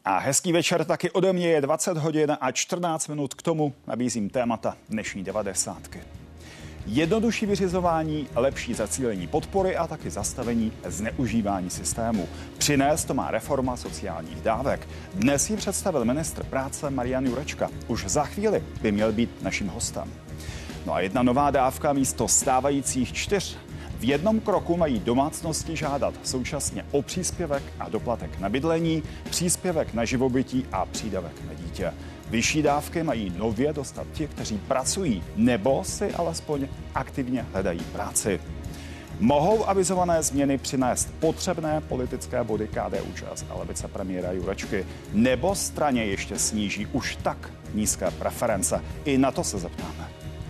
A hezký večer taky ode mě, je 20 hodin a 14 minut, k tomu nabízím témata dnešní 90. Jednodušší vyřizování, lepší zacílení podpory a taky zastavení zneužívání systému. Přinést to má reforma sociálních dávek. Dnes ji představil ministr práce Marian Jurečka. Už za chvíli by měl být naším hostem. No a jedna nová dávka místo stávajících 4. V jednom kroku mají domácnosti žádat současně o příspěvek a doplatek na bydlení, příspěvek na živobytí a přídavek na dítě. Vyšší dávky mají nově dostat ti, kteří pracují nebo si alespoň aktivně hledají práci. Mohou avizované změny přinést potřebné politické body KDU-ČSL a vicepremiéra Jurečky, nebo straně ještě sníží už tak nízké preference? I na to se zeptáme.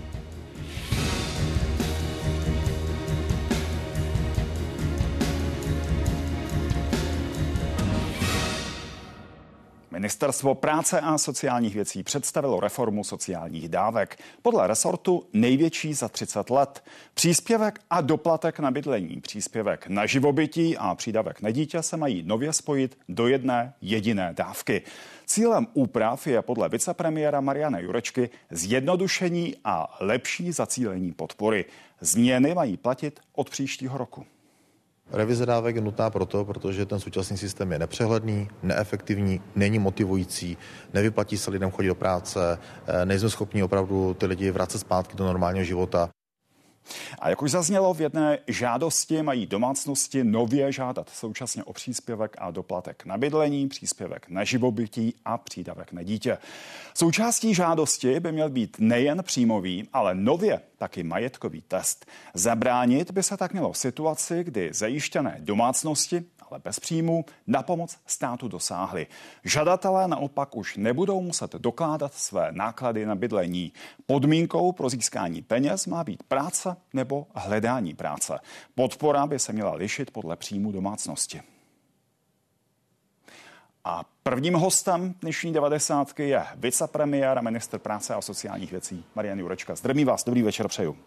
Ministerstvo práce a sociálních věcí představilo reformu sociálních dávek. Podle resortu největší za 30 let. Příspěvek a doplatek na bydlení, příspěvek na živobytí a přídavek na dítě se mají nově spojit do jedné jediné dávky. Cílem úprav je podle vicepremiéra Mariana Jurečky zjednodušení a lepší zacílení podpory. Změny mají platit od příštího roku. Revize dávek je nutná protože ten současný systém je nepřehledný, neefektivní, není motivující, nevyplatí se lidem chodit do práce, nejsme schopni opravdu ty lidi vracet zpátky do normálního života. A jak už zaznělo, v jedné žádosti mají domácnosti nově žádat současně o příspěvek a doplatek na bydlení, příspěvek na živobytí a přídavek na dítě. Součástí žádosti by měl být nejen příjmový, ale nově taky majetkový test. Zabránit by se tak mělo v situaci, kdy zajištěné domácnosti, ale bez příjmu, na pomoc státu dosáhli. Žadatelé naopak už nebudou muset dokládat své náklady na bydlení. Podmínkou pro získání peněz má být práce nebo hledání práce. Podpora by se měla lišit podle příjmu domácnosti. A prvním hostem dnešní 90 je vicepremiér a ministr práce a sociálních věcí Marian Jurečka. Zdravím vás, dobrý večer přeju.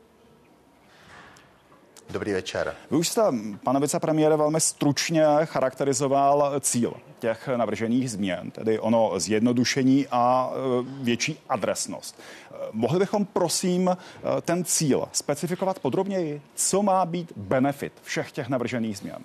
Dobrý večer. Vy už jste, pane vicepremiére, velmi stručně charakterizoval cíl těch navržených změn, tedy ono zjednodušení a větší adresnost. Mohli bychom, prosím, ten cíl specifikovat podrobněji? Co má být benefit všech těch navržených změn?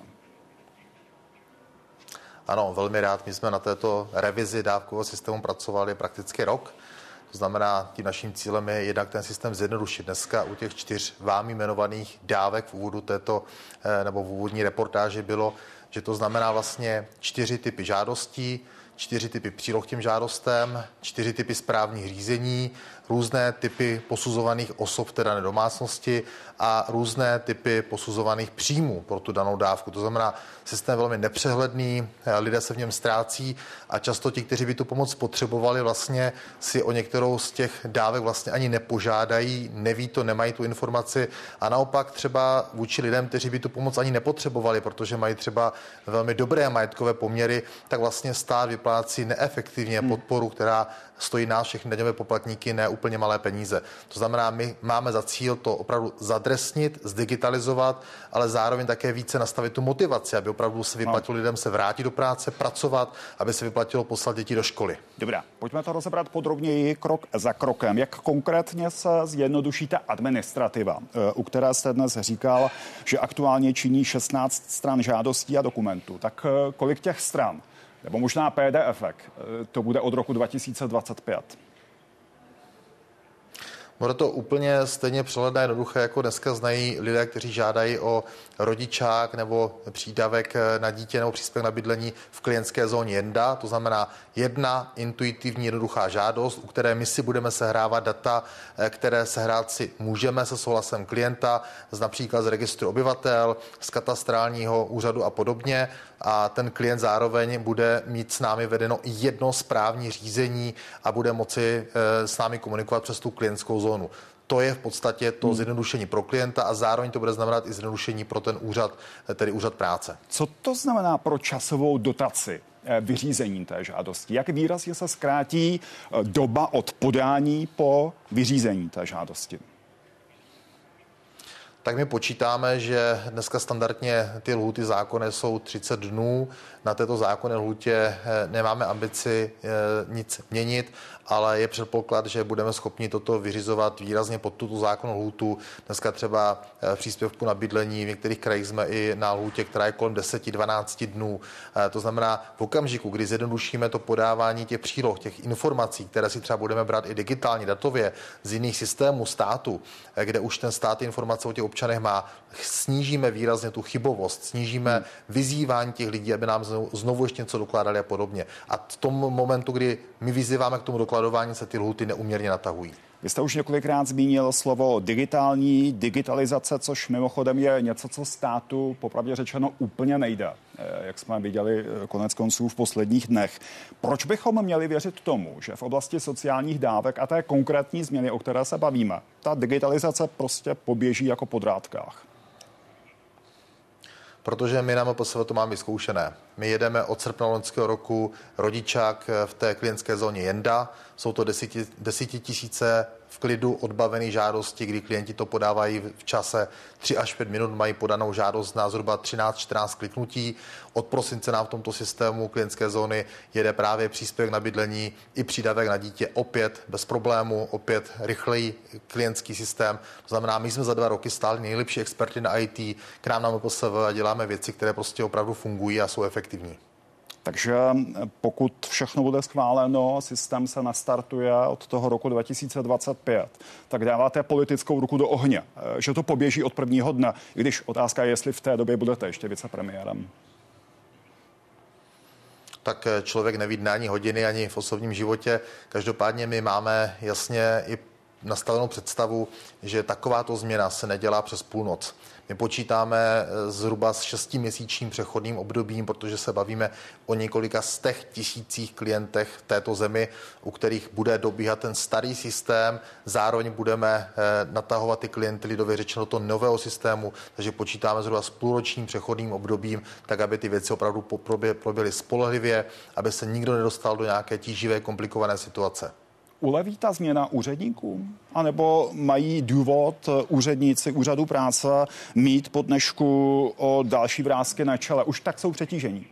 Ano, velmi rád. My jsme na této revizi dávkového systému pracovali prakticky rok. To znamená, tím naším cílem je jednak ten systém zjednodušit. Dneska u těch 4 vámi jmenovaných dávek v úvodu této nebo v úvodní reportáži bylo, že to znamená vlastně 4 typy žádostí, 4 typy příloh k těm žádostem, 4 typy správních řízení, různé typy posuzovaných osob v té dané domácnosti a různé typy posuzovaných příjmů pro tu danou dávku. To znamená, systém velmi nepřehledný, lidé se v něm ztrácí a často ti, kteří by tu pomoc potřebovali, vlastně si o některou z těch dávek vlastně ani nepožádají, neví to, nemají tu informaci a naopak třeba vůči lidem, kteří by tu pomoc ani nepotřebovali, protože mají třeba velmi dobré majetkové poměry, tak vlastně stát vyplácí neefektivně podporu, která stojí nás všechny daňové poplatníky ne úplně malé peníze. To znamená, my máme za cíl to opravdu zadresnit, zdigitalizovat, ale zároveň také více nastavit tu motivaci, aby opravdu se vyplatilo lidem se vrátit do práce, pracovat, aby se vyplatilo poslat děti do školy. Dobrá, pojďme to rozebrat podrobněji krok za krokem. Jak konkrétně se zjednoduší ta administrativa, u které jste dnes říkal, že aktuálně činí 16 stran žádostí a dokumentů. Tak kolik těch stran? Nebo možná PDF-ek, to bude od roku 2025. Bude to úplně stejně přehledné jednoduché, jako dneska znají lidé, kteří žádají o rodičák nebo přídavek na dítě nebo příspěvek na bydlení v klientské zóně JENDA. To znamená jedna intuitivní jednoduchá žádost, u které my si budeme sehrávat data, které sehrát si můžeme se souhlasem klienta, například z registru obyvatel, z katastrálního úřadu a podobně. A ten klient zároveň bude mít s námi vedeno jedno správní řízení a bude moci s námi komunikovat přes tu klientskou zónu. To je v podstatě to zjednodušení pro klienta a zároveň to bude znamenat i zjednodušení pro ten úřad, tedy úřad práce. Co to znamená pro časovou dotaci vyřízení té žádosti? Jak výrazně se zkrátí doba od podání po vyřízení té žádosti? Tak my počítáme, že dneska standardně ty lhůty zákonné jsou 30 dnů. Na této zákonné lhůtě nemáme ambici nic měnit, ale je předpoklad, že budeme schopni toto vyřizovat výrazně pod tuto zákonnou lhůtu. Dneska třeba v příspěvku na bydlení v některých krajích jsme i na lhůtě, která je kolem 10-12 dnů. To znamená, v okamžiku, kdy zjednodušíme to podávání těch příloh, těch informací, které si třeba budeme brát i digitálně, datově z jiných systémů státu, kde už ten stát informace o těch občanech má, snížíme výrazně tu chybovost, snížíme vyzývání těch lidí, aby nám znovu ještě něco dokládali a podobně. A v tom momentu, kdy my vyzýváme k tomu dokladování, se ty lhůty neuměrně natahují. Vy jste už několikrát zmínil slovo digitalizace, což mimochodem je něco, co státu popravdě řečeno úplně nejde, jak jsme viděli konec konců v posledních dnech. Proč bychom měli věřit tomu, že v oblasti sociálních dávek a té konkrétní změny, o které se bavíme, ta digitalizace prostě poběží jako po drátkách? Protože my na MPSV to máme vyzkoušené. My jedeme od srpna loňského roku rodičák v té klientské zóně Jenda. Jsou to desetitisíce v klidu odbavených žádostí, kdy klienti to podávají v čase 3 až 5 minut, mají podanou žádost na zhruba 13-14 kliknutí. Od prosince nám v tomto systému klientské zóny jede právě příspěvek na bydlení i přídavek na dítě opět bez problému, opět rychlej klientský systém. To znamená, my jsme za 2 roky stáli nejlepší experty na IT, k nám na MPSV a děláme věci, které prostě opravdu fungují a jsou efektivní. Takže pokud všechno bude schváleno, systém se nastartuje od toho roku 2025, tak dáváte politickou ruku do ohně, že to poběží od prvního dne, i když otázka je, jestli v té době budete ještě vicepremiérem. Tak člověk neví dne ani hodiny, ani v osobním životě. Každopádně my máme jasně i nastavenou představu, že takováto změna se nedělá přes půlnoc. My počítáme zhruba s 6měsíčním přechodným obdobím, protože se bavíme o několika 100 000 klientech v této zemi, u kterých bude dobíhat ten starý systém. Zároveň budeme natahovat ty klienty, lidově řečeno, do toho nového systému, takže počítáme zhruba s půlročním přechodným obdobím, tak aby ty věci opravdu proběhly spolehlivě, aby se nikdo nedostal do nějaké tíživé, komplikované situace. Uleví ta změna úředníkům? A nebo mají důvod úředníci úřadu práce mít po dnešku o další vrásky na čele? Už tak jsou přetížení.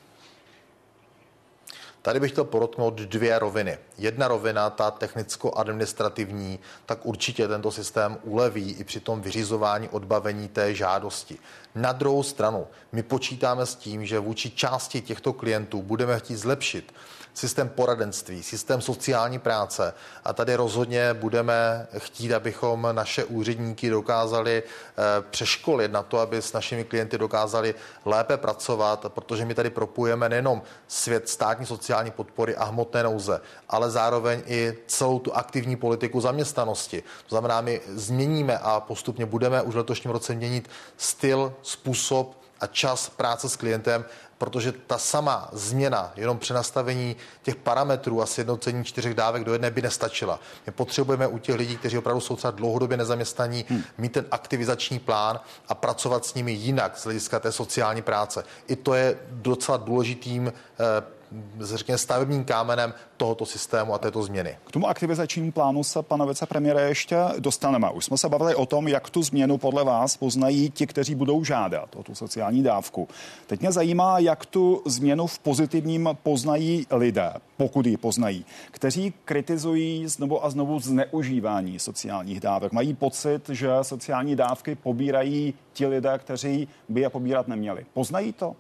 Tady bych chtěl podotknout 2 roviny. Jedna rovina, ta technicko-administrativní, tak určitě tento systém uleví i při tom vyřizování odbavení té žádosti. Na druhou stranu, my počítáme s tím, že vůči části těchto klientů budeme chtít zlepšit systém poradenství, systém sociální práce a tady rozhodně budeme chtít, abychom naše úředníky dokázali přeškolit na to, aby s našimi klienty dokázali lépe pracovat, protože my tady propojujeme nejenom svět státní sociální podpory a hmotné nouze, ale zároveň i celou tu aktivní politiku zaměstnanosti. To znamená, my změníme a postupně budeme už v letošním roce měnit styl, způsob a čas práce s klientem, protože ta sama změna, jenom přenastavení těch parametrů a sjednocení 4 dávek do jedné by nestačila. My potřebujeme u těch lidí, kteří opravdu jsou třeba dlouhodobě nezaměstnaní, mít ten aktivizační plán a pracovat s nimi jinak z hlediska té sociální práce. I to je docela důležitým řekněme, stavebním kámenem tohoto systému a této změny. K tomu aktivizačnímu plánu se, pane vicepremiére, ještě dostaneme. Už jsme se bavili o tom, jak tu změnu podle vás poznají ti, kteří budou žádat o tu sociální dávku. Teď mě zajímá, jak tu změnu v pozitivním poznají lidé, pokud ji poznají, kteří kritizují znovu a znovu zneužívání sociálních dávek. Mají pocit, že sociální dávky pobírají ti lidé, kteří by je pobírat neměli. Poznají to?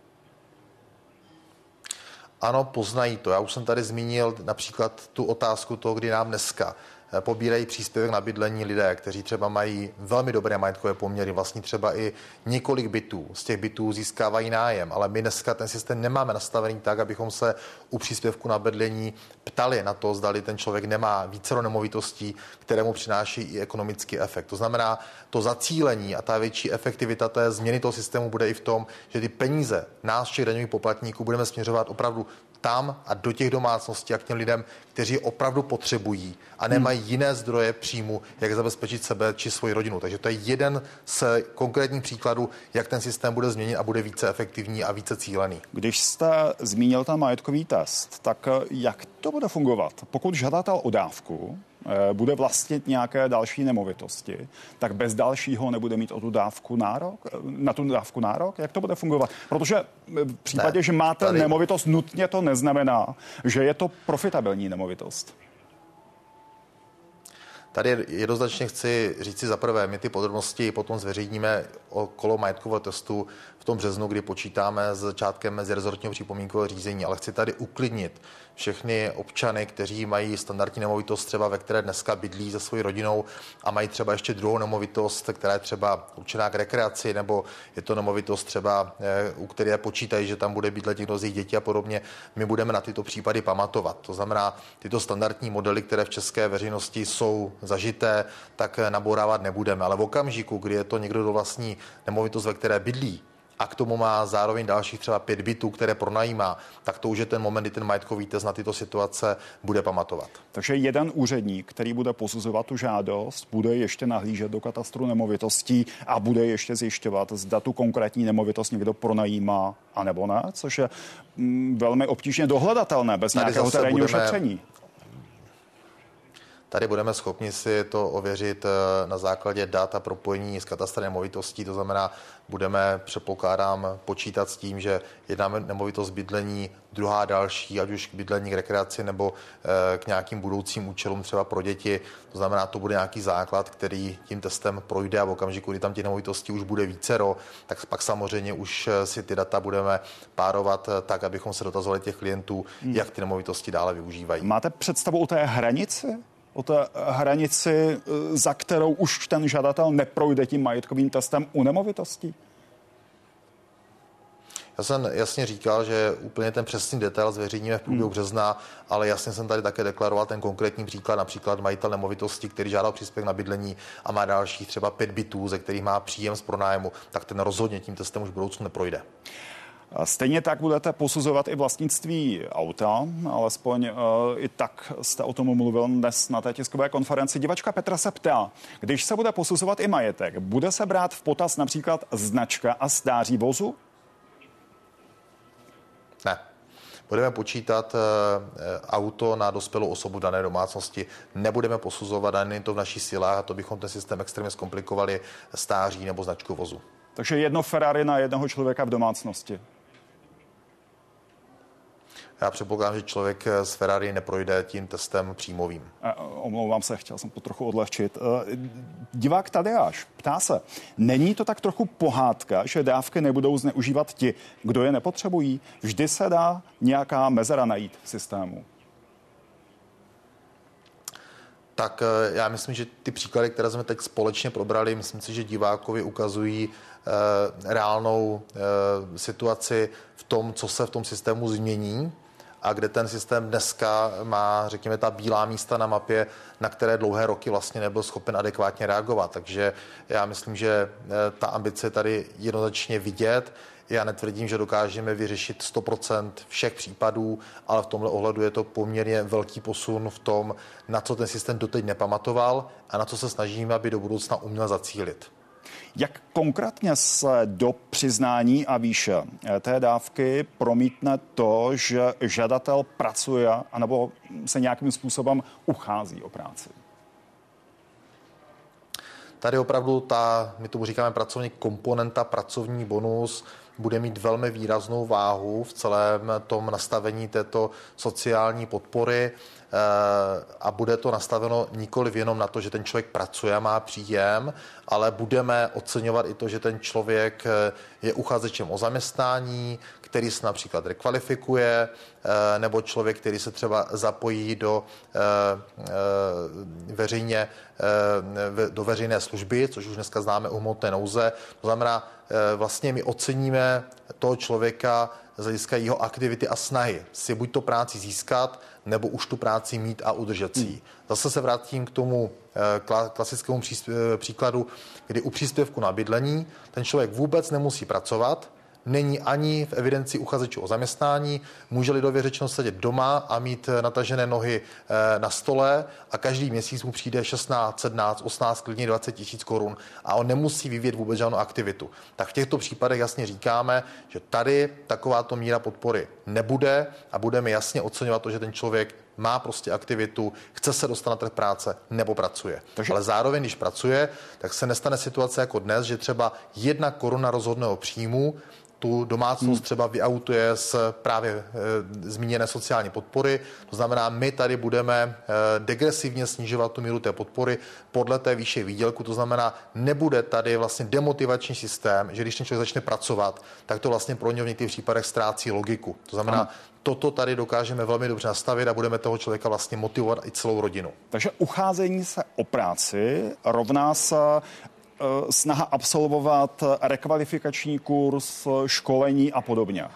Ano, poznají to. Já už jsem tady zmínil například tu otázku toho, kdy nám dneska pobírají příspěvek na bydlení lidé, kteří třeba mají velmi dobré majetkové poměry, vlastně třeba i několik bytů. Z těch bytů získávají nájem, ale my dneska ten systém nemáme nastavený tak, abychom se u příspěvku na bydlení ptali na to, zdali ten člověk nemá vícero nemovitostí, které mu přináší i ekonomický efekt. To znamená, to zacílení a ta větší efektivita té změny toho systému bude i v tom, že ty peníze nás, všech daňových poplatníků, budeme směřovat opravdu tam a do těch domácností a k těm lidem, kteří opravdu potřebují a nemají jiné zdroje příjmu, jak zabezpečit sebe či svoji rodinu. Takže to je jeden z konkrétních příkladů, jak ten systém bude změnit a bude více efektivní a více cílený. Když jste zmínil ten majetkový test, tak jak to bude fungovat? Pokud žadatel o dávku bude vlastnit nějaké další nemovitosti, tak bez dalšího nebude mít na tu dávku nárok? Jak to bude fungovat? Protože v případě, že máte nemovitost, nutně to neznamená, že je to profitabilní nemovitost. Tady jednoznačně chci říci za prvé, my ty podrobnosti potom zveřejníme okolo majetkového testu v tom březnu, kdy počítáme s začátkem mezirezortního připomínkového řízení, ale chci tady uklidnit všechny občany, kteří mají standardní nemovitost, třeba ve které dneska bydlí se svojí rodinou a mají třeba ještě druhou nemovitost, která je třeba určená k rekreaci, nebo je to nemovitost třeba, u které počítají, že tam bude bydlet někdo z jejich dětí a podobně. My budeme na tyto případy pamatovat. To znamená, tyto standardní modely, které v české veřejnosti jsou zažité, tak nabourávat nebudeme. Ale v okamžiku, kdy je to někdo, kdo vlastní nemovitost, ve které bydlí, a k tomu má zároveň dalších třeba 5 bytů, které pronajímá, tak to už je ten moment, kdy ten majetkový test na tyto situace bude pamatovat. Takže jeden úředník, který bude posuzovat tu žádost, bude ještě nahlížet do katastru nemovitostí a bude ještě zjišťovat, zda tu konkrétní nemovitost někdo pronajímá a nebo ne, což je velmi obtížně dohledatelné bez nějakého terénního šetření. Tady budeme schopni si to ověřit na základě dat a propojení s katastrem nemovitostí. To znamená, budeme, předpokládám, počítat s tím, že jedna nemovitost bydlení, druhá další, ať už k bydlení, k rekreaci nebo k nějakým budoucím účelům třeba pro děti. To znamená, to bude nějaký základ, který tím testem projde a v okamžiku, kdy tam těch nemovitostí už bude vícero, tak pak samozřejmě už si ty data budeme párovat tak, abychom se dotazovali těch klientů, jak ty nemovitosti dále využívají. Máte představu o té hranici? O té hranici, za kterou už ten žadatel neprojde tím majetkovým testem u nemovitostí? Já jsem jasně říkal, že úplně ten přesný detail zveřejníme v průběhu března, ale jasně jsem tady také deklaroval ten konkrétní příklad, například majitel nemovitosti, který žádal příspěvek na bydlení a má dalších třeba 5 bytů, ze kterých má příjem z pronájmu, tak ten rozhodně tím testem už v budoucnu neprojde. Stejně tak budete posuzovat i vlastnictví auta, alespoň i tak jste o tom mluvil dnes na té tiskové konferenci. Divačka Petra se ptá, když se bude posuzovat i majetek, bude se brát v potaz například značka a stáří vozu? Ne. Budeme počítat auto na dospělou osobu dané domácnosti. Nebudeme posuzovat, ani to v naší silách, a to bychom ten systém extrémně zkomplikovali, stáří nebo značku vozu. Takže jedno Ferrari na jednoho člověka v domácnosti. Já předpokládám, že člověk z Ferrari neprojde tím testem příjmovým. Omlouvám se, chtěl jsem to trochu odlehčit. Divák Tadeáš ptá se, není to tak trochu pohádka, že dávky nebudou zneužívat ti, kdo je nepotřebují? Vždy se dá nějaká mezera najít v systému. Tak já myslím, že ty příklady, které jsme teď společně probrali, myslím si, že divákovi ukazují reálnou situaci v tom, co se v tom systému změní a kde ten systém dneska má, řekněme, ta bílá místa na mapě, na které dlouhé roky vlastně nebyl schopen adekvátně reagovat. Takže já myslím, že ta ambice tady jednoznačně vidět. Já netvrdím, že dokážeme vyřešit 100% všech případů, ale v tomhle ohledu je to poměrně velký posun v tom, na co ten systém doteď nepamatoval a na co se snažíme, aby do budoucna uměl zacílit. Jak konkrétně se do přiznání a výše té dávky promítne to, že žadatel pracuje anebo se nějakým způsobem uchází o práci? Tady opravdu my tomu říkáme pracovní komponenta, pracovní bonus, bude mít velmi výraznou váhu v celém tom nastavení této sociální podpory a bude to nastaveno nikoliv jenom na to, že ten člověk pracuje a má příjem, ale budeme oceňovat i to, že ten člověk je uchazečem o zaměstnání, který se například rekvalifikuje, nebo člověk, který se třeba zapojí do veřejné služby, což už dneska známe u hmotné nouze. To znamená, vlastně my oceníme toho člověka z hlediska jeho aktivity a snahy si buď to práci získat, nebo už tu práci mít a udržet si. Zase se vrátím k tomu klasickému příkladu, kdy u příspěvku na bydlení ten člověk vůbec nemusí pracovat, není ani v evidenci uchazečů o zaměstnání, může lidově řečeno sedět doma a mít natažené nohy na stole a každý měsíc mu přijde 16, 17, 18, klidně 20 tisíc korun a on nemusí vyvíjet vůbec žádnou aktivitu. Tak v těchto případech jasně říkáme, že tady takováto míra podpory nebude a budeme jasně oceňovat to, že ten člověk má prostě aktivitu, chce se dostat na trh práce nebo pracuje. Takže... Ale zároveň, když pracuje, tak se nestane situace jako dnes, že třeba 1 koruna rozhodného příjmu tu domácnost třeba vyautuje z právě zmíněné sociální podpory. To znamená, my tady budeme degresivně snižovat tu míru té podpory podle té výše výdělku. To znamená, nebude tady vlastně demotivační systém, že když ten člověk začne pracovat, tak to vlastně pro něj v některých případech ztrácí logiku. To znamená, toto tady dokážeme velmi dobře nastavit a budeme toho člověka vlastně motivovat i celou rodinu. Takže ucházení se o práci rovná se snaha absolvovat rekvalifikační kurz, školení a podobně.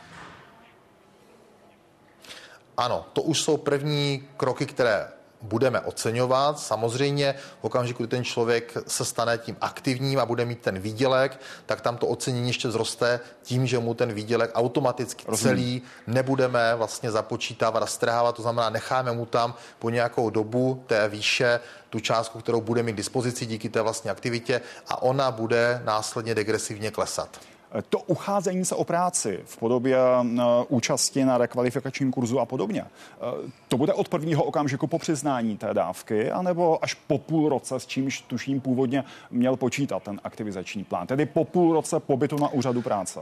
Ano, to už jsou první kroky, které budeme oceňovat. Samozřejmě v okamžiku, kdy ten člověk se stane tím aktivním a bude mít ten výdělek, tak tam to ocenění ještě zroste tím, že mu ten výdělek automaticky celý nebudeme vlastně započítávat a strhávat. To znamená, necháme mu tam po nějakou dobu té výše tu částku, kterou bude mít k dispozici díky té vlastní aktivitě a ona bude následně degresivně klesat. To ucházení se o práci v podobě účasti na rekvalifikačním kurzu a podobně, to bude od prvního okamžiku po přiznání té dávky, anebo až po půl roce, s čímž tuším původně měl počítat ten aktivizační plán, tedy po půl roce pobytu na úřadu práce?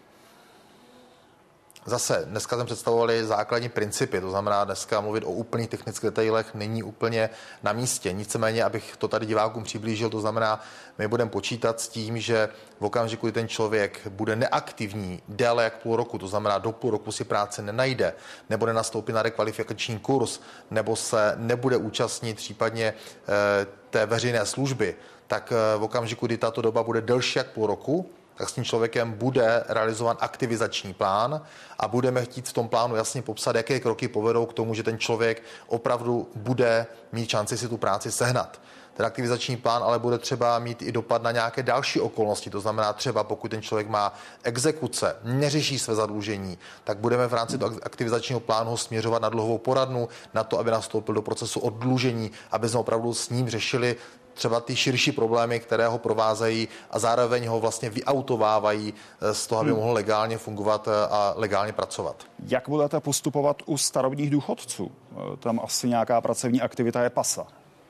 Zase, dneska jsme představovali základní principy, to znamená dneska mluvit o úplných technických detailech není úplně na místě. Nicméně, abych to tady divákům přiblížil, to znamená, my budeme počítat s tím, že v okamžiku, kdy ten člověk bude neaktivní déle jak půl roku, to znamená do půl roku si práce nenajde, nebo nenastoupí na rekvalifikační kurz, nebo se nebude účastnit případně té veřejné služby, tak v okamžiku, kdy tato doba bude delší jak půl roku, tak s tím člověkem bude realizován aktivizační plán a budeme chtít v tom plánu jasně popsat, jaké kroky povedou k tomu, že ten člověk opravdu bude mít šanci si tu práci sehnat. Ten aktivizační plán ale bude třeba mít i dopad na nějaké další okolnosti. To znamená třeba, pokud ten člověk má exekuce, neřeší své zadlužení, tak budeme v rámci toho aktivizačního plánu směřovat na dlouhou poradnu, na to, aby nastoupil do procesu oddlužení, aby jsme opravdu s ním řešili třeba ty širší problémy, které ho provázejí a zároveň ho vlastně vyautovávají z toho, aby mohl legálně fungovat a legálně pracovat. Jak budete postupovat u starobních důchodců? Tam asi nějaká pracovní aktivita je pasa.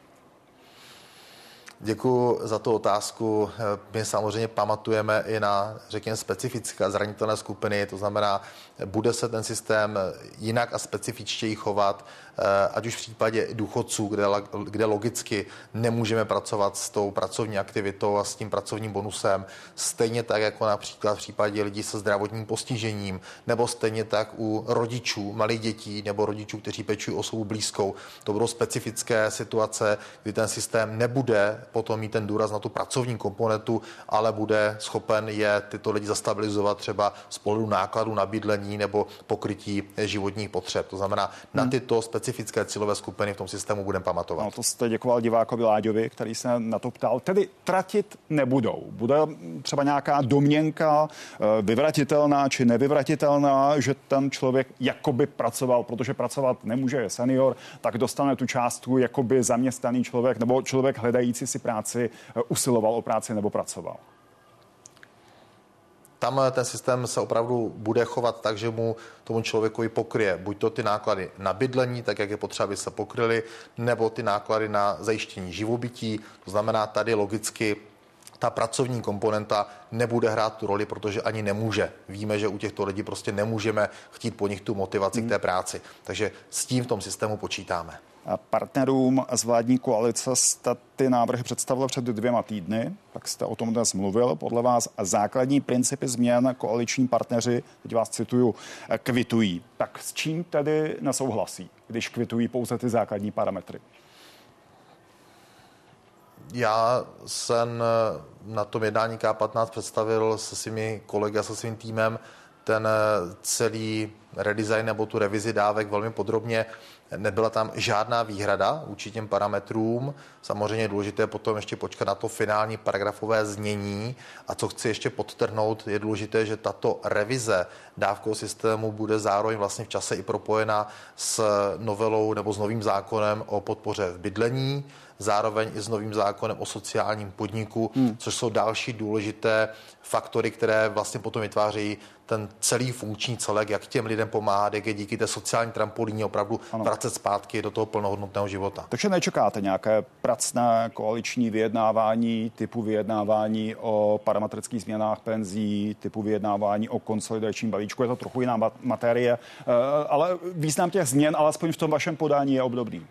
Děkuji za tu otázku. My samozřejmě pamatujeme i na, řekněme, specifické a zranitelné skupiny, to znamená, bude se ten systém jinak a specifičtěji chovat, ať už v případě důchodců, kde logicky nemůžeme pracovat s tou pracovní aktivitou a s tím pracovním bonusem, stejně tak jako například v případě lidí se zdravotním postižením, nebo stejně tak u rodičů, malých dětí nebo rodičů, kteří pečují osobu blízkou. To budou specifické situace, kdy ten systém nebude potom mít ten důraz na tu pracovní komponentu, ale bude schopen je tyto lidi zastabilizovat třeba z pohledu nákladů na bydlení nebo pokrytí životních potřeb. To znamená, na tyto specifické cílové skupiny v tom systému budeme pamatovat. No, to jste děkoval divákovi Láďovi, který se na to ptal. Tedy tratit nebudou. Bude třeba nějaká domněnka vyvratitelná či nevyvratitelná, že ten člověk jakoby pracoval, protože pracovat nemůže, je senior, tak dostane tu částku jakoby zaměstnaný člověk nebo člověk hledající si práci, usiloval o práci nebo pracoval. Tam ten systém se opravdu bude chovat tak, že mu tomu člověku pokryje buď to ty náklady na bydlení, tak jak je potřeba, aby se pokryly, nebo ty náklady na zajištění živobytí. To znamená, tady logicky ta pracovní komponenta nebude hrát tu roli, protože ani nemůže. Víme, že u těchto lidí prostě nemůžeme chtít po nich tu motivaci k té práci. Takže s tím v tom systému počítáme. Partnerům z vládní koalice jste ty návrhy představil před 2 týdny, tak jste o tom dnes mluvil. Podle vás základní principy změn koaliční partneři, teď vás cituju, kvitují. Tak s čím tedy nesouhlasí, když kvitují pouze ty základní parametry? Já jsem na tom jednání K15 představil se svými kolegy a se svým týmem ten celý redesign nebo tu revizi dávek velmi podrobně. Nebyla tam žádná výhrada vůči těm parametrům. Samozřejmě je důležité potom ještě počkat na to finální paragrafové znění. A co chci ještě podtrhnout, je důležité, že tato revize dávkového systému bude zároveň vlastně v čase i propojena s novelou nebo s novým zákonem o podpoře v bydlení. zároveň i s novým zákonem o sociálním podniku, což jsou další důležité faktory, které vlastně potom vytvářejí ten celý funkční celek, jak těm lidem pomáhat, jak je díky té sociální trampolíně opravdu vracet zpátky do toho plnohodnotného života. Takže nečekáte nějaké pracné koaliční vyjednávání, typu vyjednávání o parametrických změnách penzí, typu vyjednávání o konsolidačním balíčku, je to trochu jiná materie, ale význam těch změn, alespoň v tom vašem podání, je obdobný.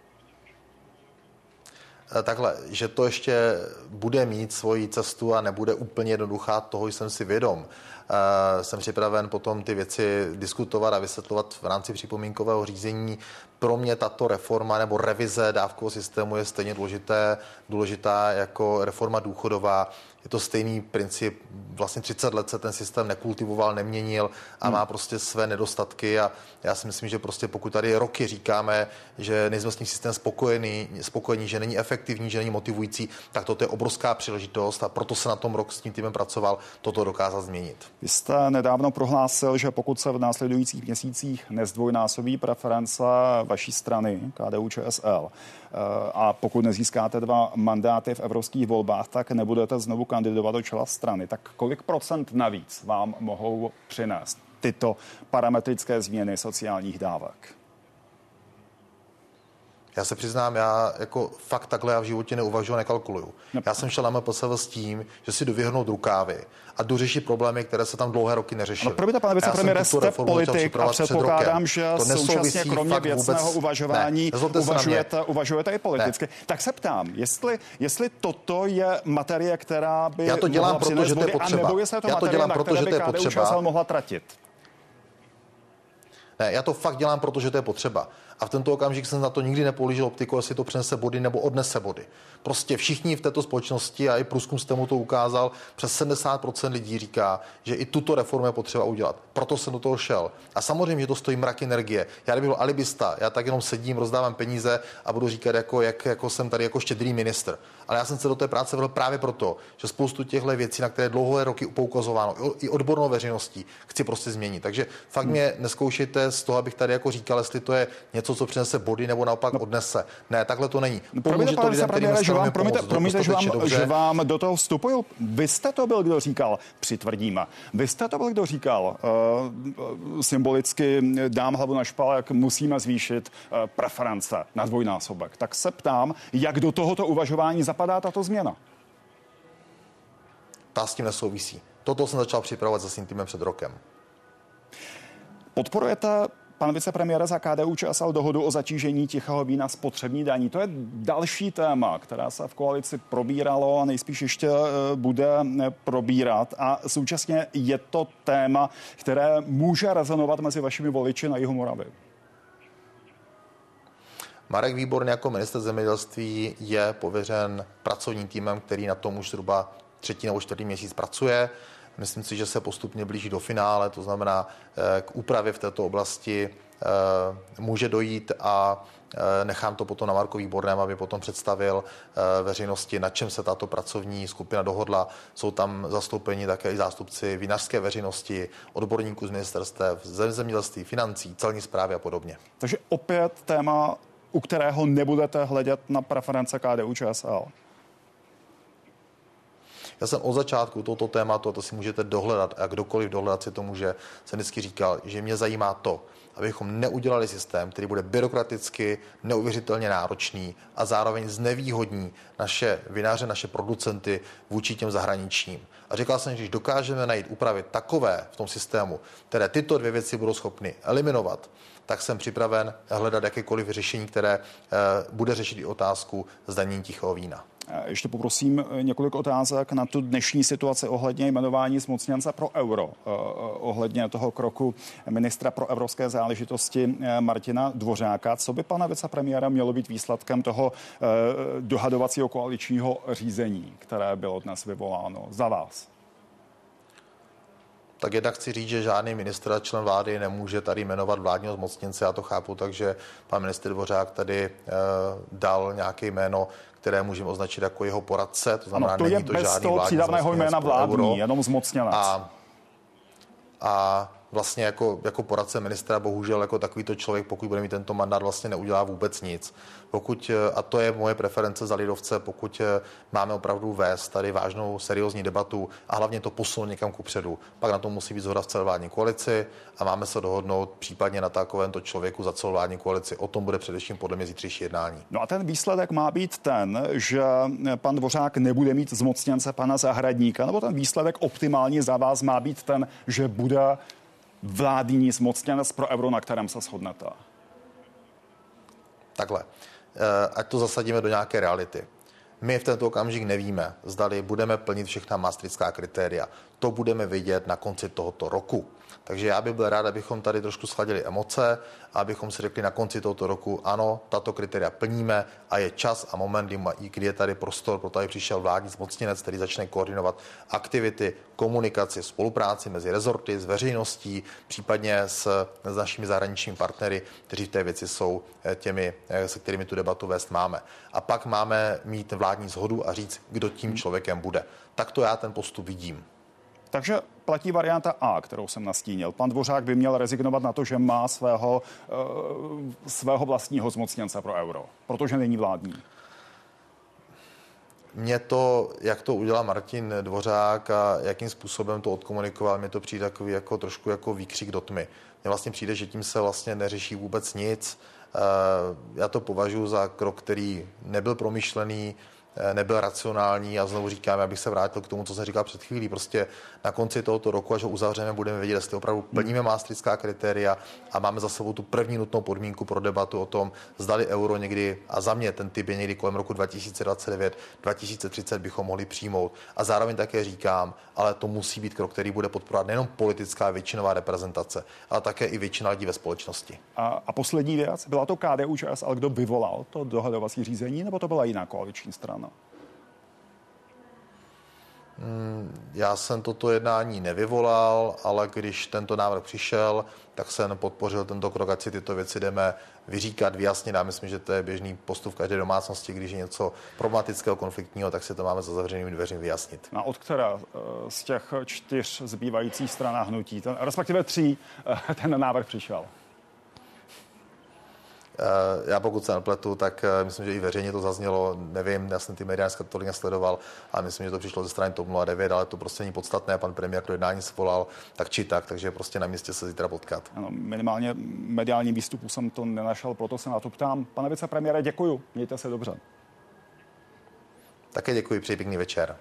Takhle, že to ještě bude mít svoji cestu a nebude úplně jednoduchá, toho jsem si vědom. Jsem připraven potom ty věci diskutovat a vysvětlovat v rámci připomínkového řízení. Pro mě tato reforma nebo revize dávkového systému je stejně důležitá jako reforma důchodová. Je to stejný princip, vlastně 30 let se ten systém nekultivoval, neměnil a má prostě své nedostatky a já si myslím, že prostě pokud tady roky říkáme, že nejsme s tím systém spokojení, že není efektivní, že není motivující, tak toto je obrovská příležitost a proto se na tom rok s tím týmem pracoval, toto dokázat změnit. Vy jste nedávno prohlásil, že pokud se v následujících měsících nezdvojnásobí preference vaší strany KDU-ČSL a pokud nezískáte 2 mandáty v evropských volbách, tak nebudete znovu kandidovat do čela strany. Tak kolik procent navíc vám mohou přinést tyto parametrické změny sociálních dávek? Já se přiznám, já jako fakt takhle já v životě neuvažuji a nekalkuluju. Já jsem šel na MPSV s tím, že si jdu vyhrnout rukávy a jdu řešit problémy, které se tam dlouhé roky neřešily. No promiňte, pane vicepremiére, jste politik a předpokládám, že současně kromě věcného uvažování uvažujete i politicky. Ne. Tak se ptám, jestli toto je materie, která by já to dělám, protože to je potřeba. Anebo jestli je to materie, na které by KDU-ČSL mohla tratit. Ne, já to fakt dělám, protože to je potřeba. A v tento okamžik jsem na to nikdy nepolížil optiku, jestli to přinese body nebo odnese body. Prostě všichni v této společnosti, a i průzkum jste mu to ukázal, přes 70% lidí říká, že i tuto reformu je potřeba udělat. Proto jsem do toho šel. A samozřejmě, že to stojí mrak energie. Já kdybych byl alibista, já tak jenom sedím, rozdávám peníze a budu říkat, jako jsem tady jako štědrý ministr. Ale já jsem se do té práce vedl právě proto, že spoustu těchto věcí, na které dlouhé roky poukazováno, i odbornou veřejností, chci prostě změnit. Takže fakt mě neskoušejte z toho, abych tady jako říkal, jestli to je něco, co přinese body nebo naopak odnese. Ne, takhle to není. Promiňte, že vám do toho vstupuju. Vy jste to byl, kdo říkal, přitvrdíme. Vy jste to byl, kdo říkal, symbolicky dám hlavu na špalek, musíme zvýšit preference na dvojnásobek. Tak se ptám, jak do tohoto uvažování zapadá tato změna? Ta s tím nesouvisí. Toto jsem začal připravovat se svým týmem před rokem. Podporujete, pan vicepremiér, za KDU-ČSL dohodu o zatížení tichého vína spotřební daní? To je další téma, která se v koalici probíralo a nejspíš ještě bude probírat. A současně je to téma, které může rezonovat mezi vašimi voliči na jihu Moravy. Marek Výborný jako ministr zemědělství je pověřen pracovním týmem, který na tom už zhruba 3. nebo 4. měsíc pracuje. Myslím si, že se postupně blíží do finále, to znamená, k úpravě v této oblasti může dojít a nechám to potom na Marku Výborném, aby potom představil veřejnosti, na čem se tato pracovní skupina dohodla. Jsou tam zastoupeni také i zástupci vinařské veřejnosti, odborníků z ministerstev, zemědělství, financí, celní správy a podobně. Takže opět téma, u kterého nebudete hledět na preference KDU-ČSL. Já jsem od začátku tohoto tématu, a to si můžete dohledat, a kdokoliv dohledat si to může, jsem vždycky říkal, že mě zajímá to, abychom neudělali systém, který bude byrokraticky, neuvěřitelně náročný a zároveň znevýhodní naše vinaře, naše producenty vůči těm zahraničním. A říkal jsem, že když dokážeme najít úpravy takové v tom systému, které tyto dvě věci budou schopny eliminovat, tak jsem připraven hledat jakékoliv řešení, které bude řešit i otázku zdanění tichého vína. Ještě poprosím několik otázek na tu dnešní situaci ohledně jmenování zmocněnce pro euro, ohledně toho kroku ministra pro evropské záležitosti Martina Dvořáka. Co by, pana vicepremiéra, mělo být výsledkem toho dohadovacího koaličního řízení, které bylo dnes vyvoláno za vás? Tak jednak chci říct, že žádný ministr a člen vlády nemůže tady jmenovat vládního zmocněnce. Já to chápu, takže pan ministr Dvořák tady dal nějaké jméno, které můžeme označit jako jeho poradce. To znamená, není to žádný vládní přídavného jména vládní, jenom zmocněnec. A vlastně jako poradce ministra bohužel jako takovýto člověk, pokud bude mít tento mandát, vlastně neudělá vůbec nic. Pokud, a to je moje preference za lidovce, pokud máme opravdu vést tady vážnou, seriózní debatu a hlavně to posunout někam kupředu, pak na to musí být shoda v celé vládní koalici a máme se dohodnout případně na takovémto člověku za celou vládní koalici. O tom bude především podle mě zítřejší jednání. No a ten výsledek má být ten, že pan Dvořák nebude mít zmocněnce pana Zahradníka, nebo ten výsledek optimálně za vás má být ten, že bude vládní zmocněnec pro euro, na kterém se shodnete? Takhle. Ať to zasadíme do nějaké reality. My v tento okamžik nevíme, zdali budeme plnit všechna maastrichtská kritéria. To budeme vidět na konci tohoto roku. Takže já bych byl rád, abychom tady trošku schladili emoce a abychom si řekli na konci tohoto roku, ano, tato kritéria plníme a je čas a moment, kdy je tady prostor pro to, aby přišel vládní zmocněnec, který začne koordinovat aktivity, komunikaci, spolupráci mezi rezorty, s veřejností, případně s našimi zahraničními partnery, kteří v té věci jsou těmi, se kterými tu debatu vést máme. A pak máme mít vládní shodu a říct, kdo tím člověkem bude. Tak to já ten postup vidím. Takže platí varianta A, kterou jsem nastínil. Pan Dvořák by měl rezignovat na to, že má svého vlastního zmocněnce pro euro, protože není vládní. Mně to, jak to udělal Martin Dvořák a jakým způsobem to odkomunikoval, mně to přijde takový jako trošku jako výkřik do tmy. Mně vlastně přijde, že tím se vlastně neřeší vůbec nic. Já to považuji za krok, který nebyl promyšlený, nebyl racionální a znovu říkám, abych se vrátil k tomu, co jsem říkal před chvílí. Prostě na konci tohoto roku, až ho uzavřeme, budeme vědět, jestli opravdu plníme maastrichtská kritéria a máme za sebou tu první nutnou podmínku pro debatu o tom, zdali euro někdy, a za mě ten typ je někdy kolem roku 2029, 2030 bychom mohli přijmout. A zároveň také říkám, ale to musí být krok, který bude podporovat nejenom politická většinová reprezentace, ale také i většina lidí ve společnosti. A poslední věc, byla to KDU-ČSL, kdo vyvolal to dohadovací řízení, nebo to byla jiná koaliční strana? Já jsem toto jednání nevyvolal, ale když tento návrh přišel, tak jsem podpořil tento krok, ať si tyto věci jdeme vyříkat, vyjasnit. Já myslím, že to je běžný postup v každé domácnosti, když je něco problematického, konfliktního, tak si to máme za zavřenými dveřmi vyjasnit. A od které z těch 4 zbývajících stran a hnutí, respektive 3, ten návrh přišel? Já pokud se nepletu, tak myslím, že i veřejně to zaznělo, nevím, já jsem ty média dneska tolik nesledoval, ale myslím, že to přišlo ze strany TOP 09, ale to prostě není podstatné, pan premiér to jednání svolal tak či tak, takže prostě na místě se zítra potkat. Ano, minimálně mediální výstupu jsem to nenašel, proto se na to ptám. Pane vicepremiére, děkuju, mějte se dobře. Také děkuji, přeji pěkný večer.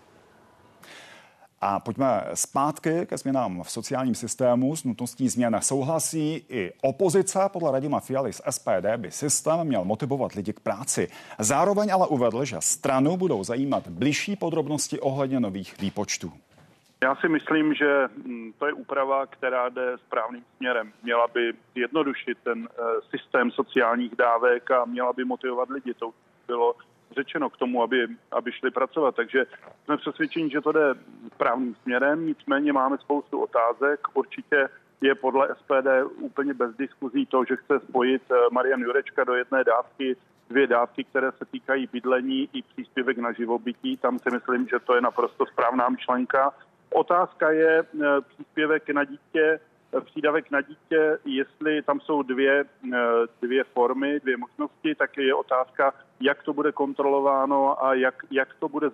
A pojďme zpátky ke změnám v sociálním systému. S nutností změn souhlasí i opozice. Podle Radima Fialy z SPD by systém měl motivovat lidi k práci. Zároveň ale uvedl, že stranu budou zajímat bližší podrobnosti ohledně nových výpočtů. Já si myslím, že to je úprava, která jde správným směrem. Měla by zjednodušit ten systém sociálních dávek a měla by motivovat lidi. To bylo řečeno k tomu, aby šli pracovat. Takže jsme přesvědčeni, že to jde správným směrem, nicméně máme spoustu otázek. Určitě je podle SPD úplně bez diskuzí to, že chce spojit Marian Jurečka do jedné dávky 2 dávky, které se týkají bydlení i příspěvek na živobytí. Tam si myslím, že to je naprosto správná myšlenka. Otázka je příspěvek na dítě, přídavek na dítě, jestli tam jsou dvě formy, 2 možnosti, tak je otázka, jak to bude kontrolováno a jak to bude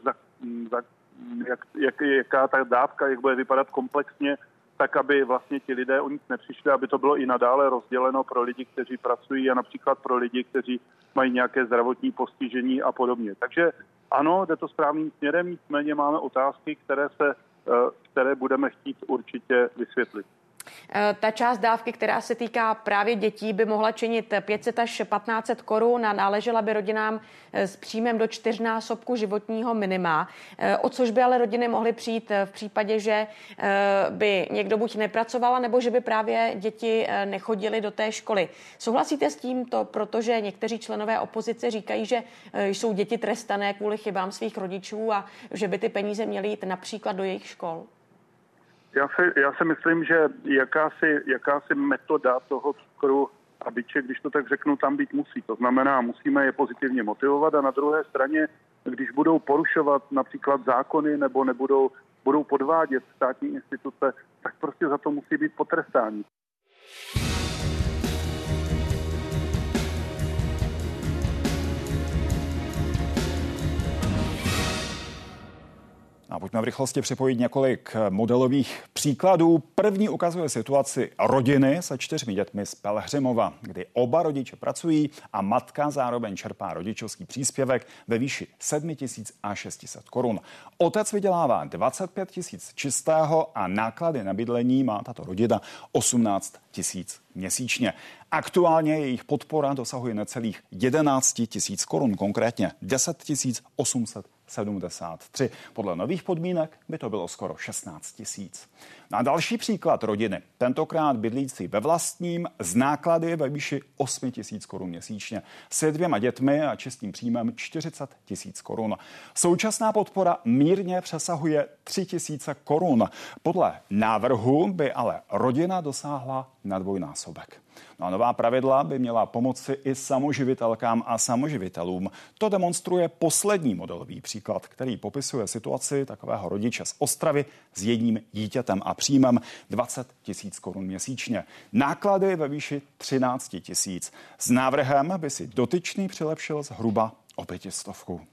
jaká ta dávka, jak bude vypadat komplexně, tak aby vlastně ti lidé o nic nepřišli, aby to bylo i nadále rozděleno pro lidi, kteří pracují a například pro lidi, kteří mají nějaké zdravotní postižení a podobně. Takže ano, jde to správným směrem, nicméně máme otázky, které budeme chtít určitě vysvětlit. Ta část dávky, která se týká právě dětí, by mohla činit 500 až 1500 korun a náležela by rodinám s příjmem do 4násobku životního minima, o což by ale rodiny mohly přijít v případě, že by někdo buď nepracovala, nebo že by právě děti nechodily do té školy. Souhlasíte s tímto, protože někteří členové opozice říkají, že jsou děti trestané kvůli chybám svých rodičů a že by ty peníze měly jít například do jejich škol? Já si myslím, že jakási metoda toho cukru a biče, když to tak řeknu, tam být musí. To znamená, musíme je pozitivně motivovat a na druhé straně, když budou porušovat například zákony nebo budou podvádět státní instituce, tak prostě za to musí být potrestáni. A pojďme v rychlosti připojit několik modelových příkladů. První ukazuje situaci rodiny se 4 dětmi z Pelhřimova, kdy oba rodiče pracují a matka zároveň čerpá rodičovský příspěvek ve výši 7 600 korun. Otec vydělává 25 000 čistého a náklady na bydlení má tato rodina 18 000 měsíčně. Aktuálně jejich podpora dosahuje necelých 11 000 korun, konkrétně 10 873. Podle nových podmínek by to bylo skoro 16 000. A další příklad rodiny, tentokrát bydlící ve vlastním, z náklady ve výši 8 000 korun měsíčně. Se 2 dětmi a čistým příjmem 40 000 korun. Současná podpora mírně přesahuje 3 000 korun. Podle návrhu by ale rodina dosáhla na dvojnásobek. No a nová pravidla by měla pomoci i samoživitelkám a samoživitelům. To demonstruje poslední modelový příklad, který popisuje situaci takového rodiče z Ostravy s jedním dítětem a příjmem 20 000 korun měsíčně. Náklady ve výši 13 000. S návrhem by si dotyčný přilepšil zhruba o 500.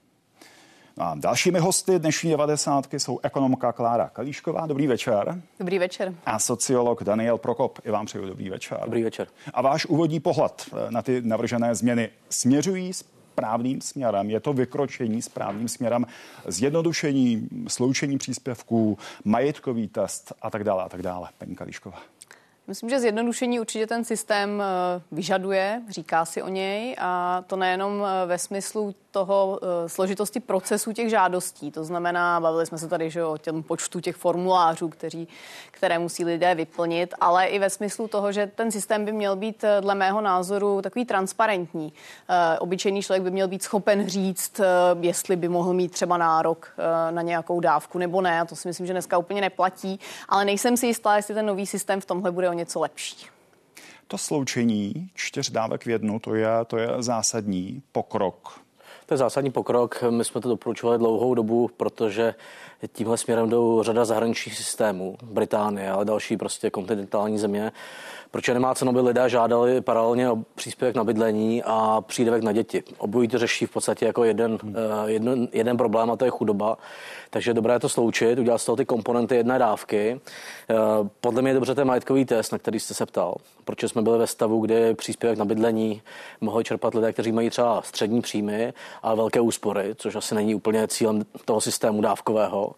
A dalšími hosty dnešní 90 jsou ekonomka Klára Kalíšková. Dobrý večer. Dobrý večer. A sociolog Daniel Prokop. I vám přeju dobrý večer. Dobrý večer. A váš úvodní pohled na ty navržené změny směřují správným směrem? Je to vykročení správným směrem, zjednodušení, sloučení příspěvků, majetkový test a tak dále a tak dále? Paní Kalíšková. Myslím, že zjednodušení určitě ten systém vyžaduje, říká si o něj, a to nejenom ve smyslu toho složitosti procesu těch žádostí. To znamená, bavili jsme se tady že o těm počtu těch formulářů, které musí lidé vyplnit, ale i ve smyslu toho, že ten systém by měl být dle mého názoru takový transparentní. Obyčejný člověk by měl být schopen říct, jestli by mohl mít třeba nárok na nějakou dávku nebo ne. A to si myslím, že dneska úplně neplatí, ale nejsem si jistá, jestli ten nový systém v tomhle bude o něco lepší. To sloučení 4 dávek v jednu, to je zásadní pokrok. To je zásadní pokrok. My jsme to doporučovali dlouhou dobu, protože tímhle směrem jdou řada zahraničních systémů, Británie, ale další prostě kontinentální země. Proč nemá cenu, by lidé žádali paralelně o příspěvek na bydlení a přídavek na děti. Obojí to řeší v podstatě jako jeden problém, a to je chudoba. Takže je dobré to sloučit, udělat z toho ty komponenty jedné dávky. Podle mě je dobře ten majetkový test, na který jste se ptal, protože jsme byli ve stavu, kdy příspěvek na bydlení mohli čerpat lidé, kteří mají třeba střední příjmy a velké úspory, což asi není úplně cílem toho systému dávkového.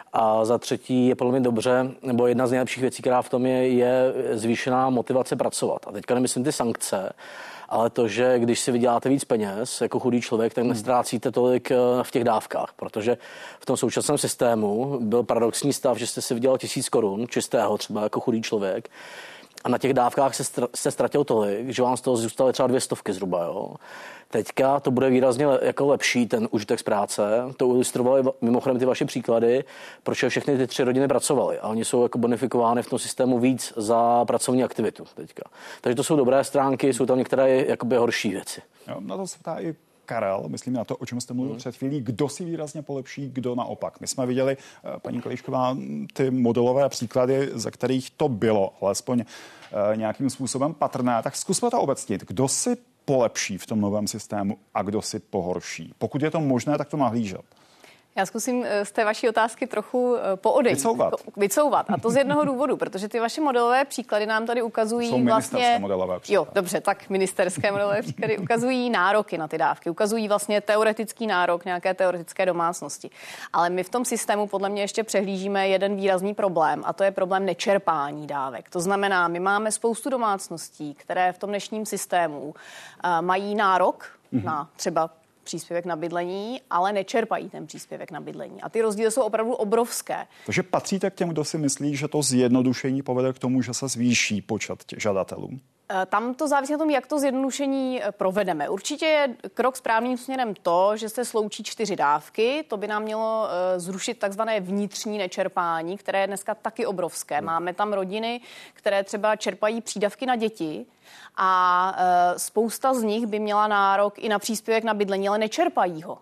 A za třetí je podle mě dobře, nebo jedna z nejlepších věcí, která v tom je zvýšená motivace pracovat. A teďka nemyslím ty sankce, ale to, že když si vyděláte víc peněz jako chudý člověk, tak nestrácíte tolik v těch dávkách, protože v tom současném systému byl paradoxní stav, že jste si vydělal 1000 korun čistého třeba jako chudý člověk a na těch dávkách se ztratil tolik, že vám z toho zůstaly třeba 200 zhruba. Jo. Teďka to bude výrazně jako lepší, ten užitek z práce. To ilustrovaly mimochodem ty vaše příklady, proč všechny ty 3 rodiny pracovaly. A oni jsou jako bonifikovány v tom systému víc za pracovní aktivitu teďka. Takže to jsou dobré stránky, jsou tam některé jakoby horší věci. Jo, na to se ptá i Karel, myslím na to, o čem jste mluvil před chvílí, kdo si výrazně polepší, kdo naopak. My jsme viděli, paní Kalíšková, ty modelové příklady, za kterých to bylo alespoň nějakým způsobem patrné. Tak zkusme to obecnit. Kdo si polepší v tom novém systému a kdo si pohorší? Pokud je to možné, tak to nahlížet. Já zkusím z té vaší otázky trochu poodejít. Vycouvat. A to z jednoho důvodu, protože ty vaše modelové příklady nám tady ukazují jsou vlastně... modelové příklady. Jo, dobře, tak ministerské modelové příklady ukazují nároky na ty dávky, ukazují vlastně teoretický nárok nějaké teoretické domácnosti. Ale my v tom systému podle mě ještě přehlížíme jeden výrazný problém, a to je problém nečerpání dávek. To znamená, my máme spoustu domácností, které v tom dnešním systému mají nárok na třeba příspěvek na bydlení, ale nečerpají ten příspěvek na bydlení. A ty rozdíly jsou opravdu obrovské. Takže patříte k těm, kdo si myslí, že to zjednodušení povede k tomu, že se zvýší počet žadatelů? Tam to závisí na tom, jak to zjednodušení provedeme. Určitě je krok správným směrem to, že se sloučí 4 dávky. To by nám mělo zrušit takzvané vnitřní nečerpání, které je dneska taky obrovské. Máme tam rodiny, které třeba čerpají přídavky na děti a spousta z nich by měla nárok i na příspěvek na bydlení, ale nečerpají ho.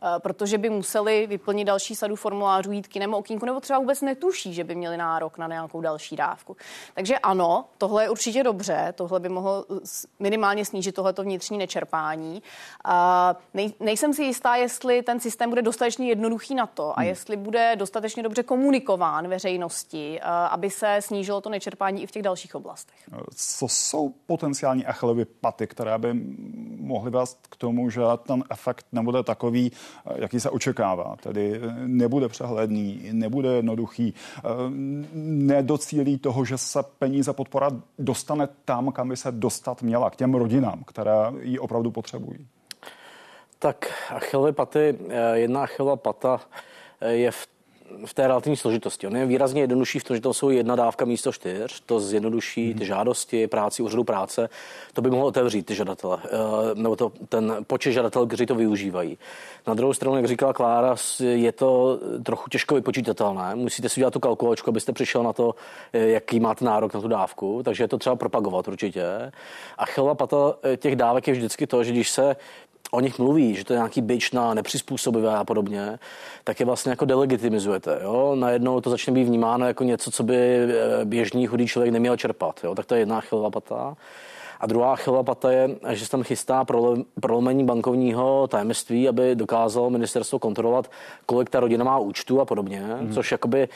protože by museli vyplnit další sadu formulářů, jít k jinému okýnku, nebo třeba vůbec netuší, že by měli nárok na nějakou další dávku. Takže ano, tohle je určitě dobře, tohle by mohlo minimálně snížit tohleto vnitřní nečerpání. Nejsem si jistá, jestli ten systém bude dostatečně jednoduchý na to a jestli bude dostatečně dobře komunikován veřejnosti, aby se snížilo to nečerpání i v těch dalších oblastech. Co jsou potenciální Achillovy paty, které by mohly vést k tomu, že ten efekt nebude takový, jaký se očekává? Tedy nebude přehledný, nebude jednoduchý, nedocílí toho, že se peníze podpora dostane tam, kam by se dostat měla, k těm rodinám, které ji opravdu potřebují. Tak Achillovy paty, jedna Achillova pata je v té relativní složitosti. On je výrazně jednodušší v tom, že to jsou jedna dávka místo 4, to zjednoduší ty žádosti, práci úřadu práce, to by mohlo otevřít ty žadatele, nebo ten počet žadatelů, kteří to využívají. Na druhou stranu, jak říkala Klára, je to trochu těžko vypočítatelné. Musíte si udělat tu kalkulačku, abyste přišel na to, jaký máte nárok na tu dávku, takže je to třeba propagovat určitě. Achillova pata těch dávek je vždycky to, že když se o nich mluví, že to je nějaký bič na nepřizpůsobivé a podobně, tak je vlastně jako delegitimizujete. Jo? Najednou to začne být vnímáno jako něco, co by běžný chudý člověk neměl čerpat. Jo? Tak to je jedna Achillova pata. A druhá Achillova pata je, že se tam chystá prolomení bankovního tajemství, aby dokázalo ministerstvo kontrolovat, kolik ta rodina má účtu a podobně, což jakoby